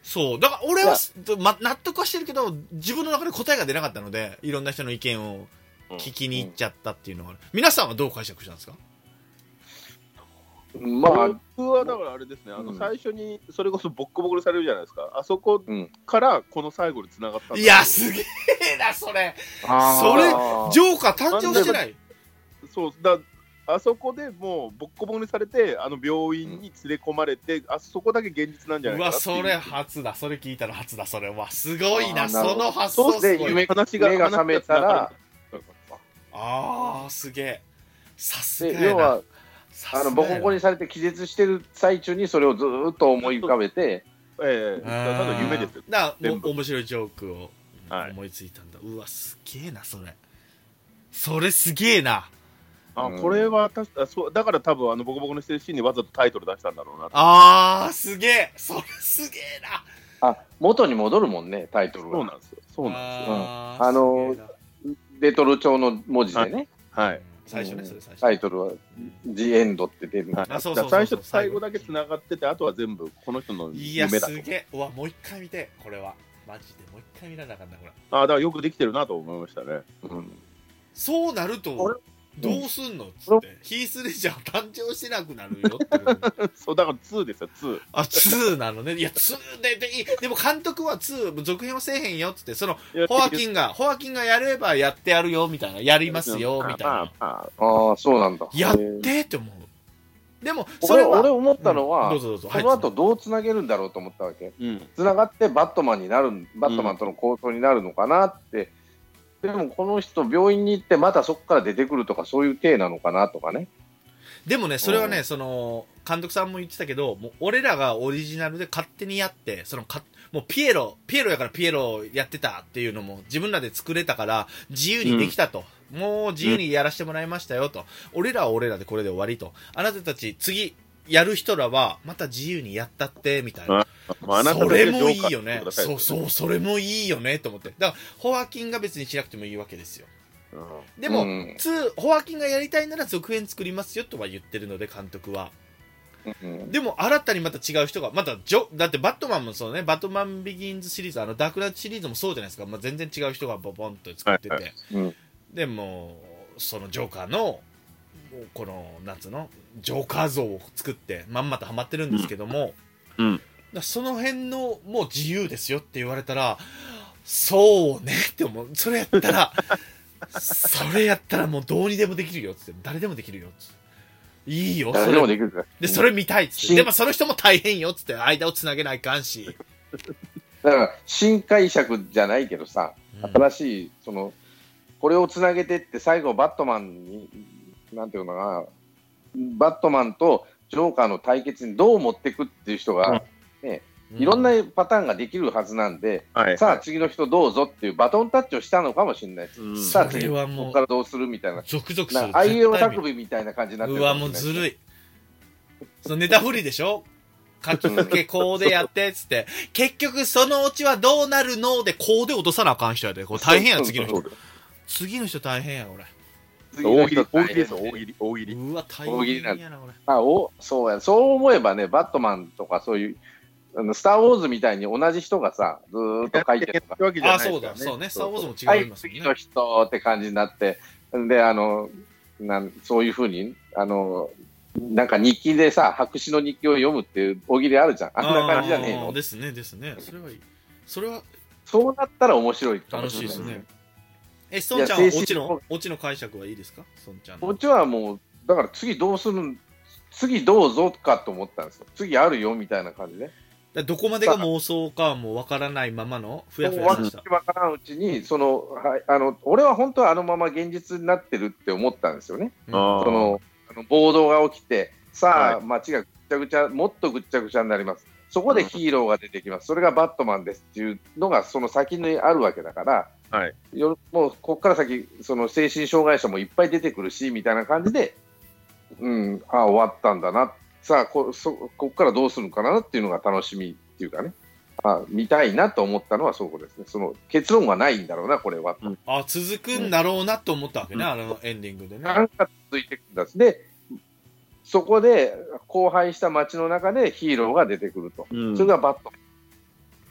そうだから俺は、ま、納得はしてるけど自分の中で答えが出なかったのでいろんな人の意見を聞きに行っちゃったっていうのが、うん、皆さんはどう解釈したんですか？ まあ、僕はだからあれですね、あの最初にそれこそボッコボコにされるじゃないですか、あそこからこの最後に繋がったんだ。 いや、すげえな、それ。それ、ジョーカー誕生してない。 そうだ、あそこでもうボッコボコにされて、あの病院に連れ込まれて、うん、あそこだけ現実なんじゃないかなっていう。 うわ、それ初だ、それ聞いたら初だ、それは。すごいな、その発想すごい。 夢話が目が覚めたら、 あー、すげえ。さすがやな。 要はあのボコボコにされて気絶してる最中にそれをずっと思い浮かべて、 ええ、ただ夢ですよ。 だから面白いジョークを思いついたんだ。はい、うわ、すげえな、それ。それすげえな。 あ、うん、これは確かそうだから多分あのボコボコにしてるシーンにわざとタイトル出したんだろうな。 あー、すげえ。それすげえな。あ、元に戻るもんね、タイトルが。 そうなんですよ。そうなんですよ。 あ、 うん、あのレトロ調の文字でね。 はい。はい、 最初ね、それ最初。 タイトルは「ジ・エンド」って出る。 最初と最後だけ繋がってて、あとは全部この人の夢だと。 いや、すげえ。うわ、もう一回見て、これは。マジでもう一回見らなあかんな、これ。 ああ、だからよくできてるなと思いましたね。うん。 そうなると、どうすんのっつって。ヒースレジャー誕生しなくなるよって。 そう、だからにですよ、に。 あ、になのね。いや、にで、で、でも監督はに、続編はせえへんよっつって、その、ホアキンが、ホアキンがやればやってやるよ、みたいな。やりますよ、みたいな。 ああ、そうなんだ。 やってって思う。でも、それは。 俺思ったのは、 どうぞどうぞ。 その後どうつなげるんだろうと思ったわけ。 うん。 つながってバットマンになる、バットマンとの構想になるのかなって。でもこの人病院に行ってまたそこから出てくるとかそういう体なのかなとかね。 でもね、それはね、その監督さんも言ってたけど、もう俺らがオリジナルで勝手にやって、そのかもうピエロピエロやからピエロやってたっていうのも自分らで作れたから自由にできたと、うん、もう自由にやらせてもらいましたよと、うん、俺らは俺らでこれで終わりと、あなたたち次やる人らはまた自由にやったってみたいな。 まあ、あなたそれもいいよね。そうそう、それもいいよねと思って。だからホアキンが別にしなくてもいいわけですよ。うん、でも、うん、にホアキンがやりたいなら続編作りますよとは言ってるので監督は。うん、でも新たにまた違う人がまたジョだってバットマンもそうね、バットマンビギンズシリーズ、あのダークナイトシリーズもそうじゃないですか。まあ、全然違う人がボボンと作ってて、はいはい、うん、でもそのジョーカーのこの夏のジョーカー像を作ってまんまとハマってるんですけども、 うんうん、 だその辺のもう自由ですよって言われたら、そうねって思う。それやったらそれやったらもうどうにでもできるよっつって、誰でもできるよっつって、いいよ誰でもできるからで、それ見たいっつって、でもその人も大変よっつって間をつなげないかんし、 だから新解釈じゃないけどさ、新しいそのこれをつなげてって最後バットマンになんていうのかな、バットマンとジョーカーの対決にどう持っていくっていう人が、ね、うん、いろんなパターンができるはずなんで、うん、さあ次の人どうぞっていうバトンタッチをしたのかもしれないです、うん、さあ次ここからどうするみたいな、 続々する、 あいうえおたくびみたいな感じになってる。 うわもうずるい、そのネタ振りでしょ、書き付けこうでやってっつって結局そのオチはどうなるのでこうで落とさなあかん人やで、これ大変や、次の人次の人大変やこれ。 大喜利、大喜利ですよ、大喜利、大喜利。 うわ、大変やな、これ。 あ、お、そうや、そう思えばね、バットマンとかそういう、あのスター・ウォーズみたいに同じ人がさ、ずーっと書いてるとか。 あ、そうだ、そうね、スター・ウォーズも違いますね。 はい、次の人って感じになって、で、あの、なんそういうふうに、あの、なんか日記でさ、白紙の日記を読むっていう大喜利あるじゃん。あんな感じじゃねえの。 ですね、ですね。それはいい。それは、 そうなったら面白いかもしれないですね。え、ソンちゃんはオチの、オチの解釈はいいですか、ソンちゃん。 オチはもう、だから次どうする、次どうぞかと思ったんですよ。次あるよみたいな感じで。 だどこまでが妄想かもわからないままのふやふやした。 わからんうちに、その、はい、あの、俺は本当はあのまま現実になってるって思ったんですよね。うん、その、あの暴動が起きて、さあ、はい、街がぐちゃぐちゃ、もっとぐっちゃぐちゃになります。そこでヒーローが出てきます。それがバットマンですっていうのがその先にあるわけだから、 はい、 よもうここから先その精神障害者もいっぱい出てくるしみたいな感じで、うん、ああ終わったんだな、さあ こ, そここからどうするのかなっていうのが楽しみっていうかね、あ見たいなと思ったのはそうですね。その結論はないんだろうなこれは、うん、 あ続くんだろうなと思ったわけね、うん、あのエンディングでね。 なんか続いていくんだで、そこで荒廃した街の中でヒーローが出てくると、うん、それがバットマン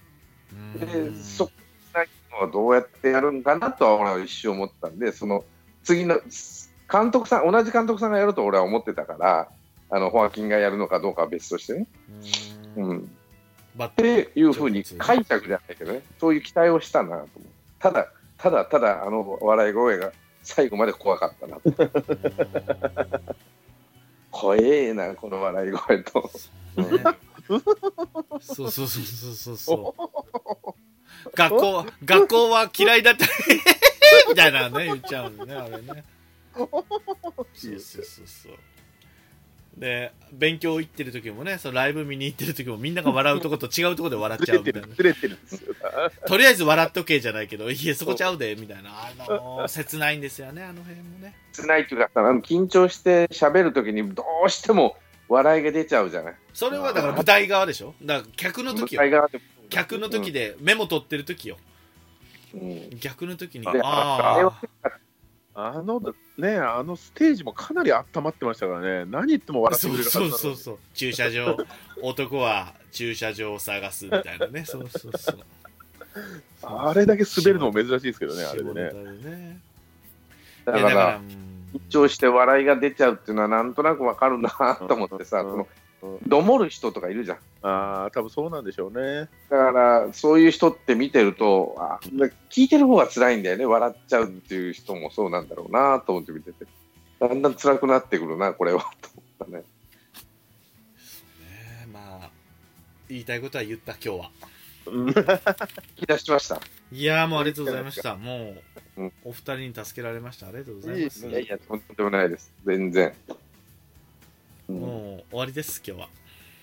でそこはどうやってやるんかなとは俺は一瞬思ったんで、その次の監督さん、同じ監督さんがやると俺は思ってたから、あのホアキンがやるのかどうかは別としてね。うん、っていうふうに解釈じゃないけどね、そういう期待をしたなと思う。ただただただあの笑い声が最後まで怖かったな怖えなこの笑い声と。 そうそうそうそうそう学校学校は嫌いだったみたいなね言っちゃうんだねあれね。そうそうそうそう。で勉強行ってる時もね、そのライブ見に行ってる時もみんなが笑うとこと違うとこで笑っちゃうみたいな。 ずれてるんですよ。 とりあえず笑っとけじゃないけど、いやそこちゃうでみたいな、あのー、切ないんですよねあの辺もね。 切ないっていうか、緊張して喋る時にどうしても笑いが出ちゃうじゃない。 それはだから舞台側でしょ。だから客の時よ。舞台側で客の時でメモ取ってる時よ。うん、逆の時に。 ああ。あのね、あのステージもかなり温まってましたからね、何言っても笑ってくれるはずなのに。 そうそうそう、駐車場、男は駐車場を探すみたいなね、そうそうそう。 あれだけ滑るのも珍しいですけどね、あれでね。 だから、緊張して笑いが出ちゃうっていうのはなんとなくわかるなと思ってさ、うん、そのどもる人とかいるじゃん。 ああ、多分そうなんでしょうね。 だからそういう人って見てると、あ、聞いてる方が辛いんだよね。笑っちゃうっていう人もそうなんだろうなと思って見てて、だんだん辛くなってくるなこれはと思ったね。 そうね、まあ言いたいことは言った今日は。 引き出しました。 いやもうありがとうございました。もう、うん、お二人に助けられました。ありがとうございます。 いやいやとんでもないです。全然。 もう終わりです今日は。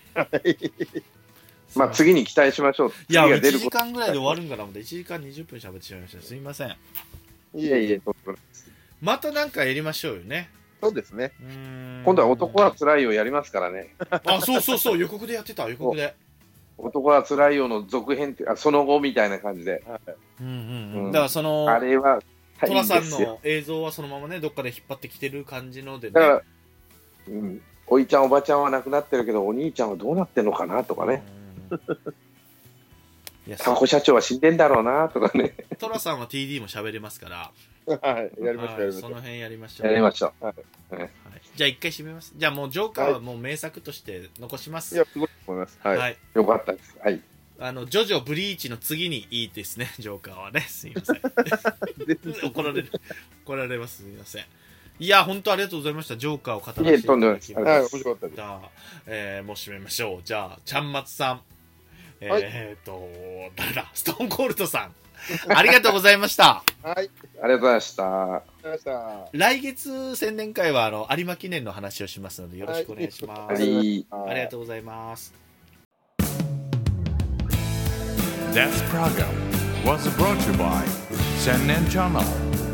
まあ次に期待しましょう。 いやいちじかんぐらいで終わるんかなと思っていちじかんにじゅっぷん喋ってしまいました。すみません。 いやいや、 またなんかやりましょうよね。 そうですね。 うーん、 今度は男はつらいよやりますからね。 あ、そうそうそう、予告でやってた、予告で。 男はつらいよの続編ってあその後みたいな感じで。 うんうんうん。だからそのあれはトラさんの映像はそのままねどっかで引っ張ってきてる感じのでね。 だから、うん、おいちゃんおばちゃんは亡くなってるけどお兄ちゃんはどうなってんのかなとかね。タコ社長は死んでんだろうなとかね。 トラさんは ティーディー も喋れますから。 はい、やりましょう、やりましょう。 その辺やりましょう。 やりましょう。はいはい、じゃあ一回締めます。じゃあもうジョーカーはもう名作として残します。 いや、すごいと思います。はい。はい、 よかったです。はい。 あのジョジョブリーチの次にいいですね、ジョーカーはね。すいません。怒られる。怒られます。すみません。いや、本当ありがとうございました。ジョーカーを語らせていただきました。 はい、面白かったです。 じゃあ、えー、もう締めましょう。じゃあ、ちゃんまつさん。えー、っと、はい、誰だ、ストーンコールドさん。ありがとうございました。 はい。ありがとうございました。 来月宣伝会はあの有馬記念の話をしますのでよろしくお願いします。はい、ありがとうございます。 This program was brought to you by 千年チャンネル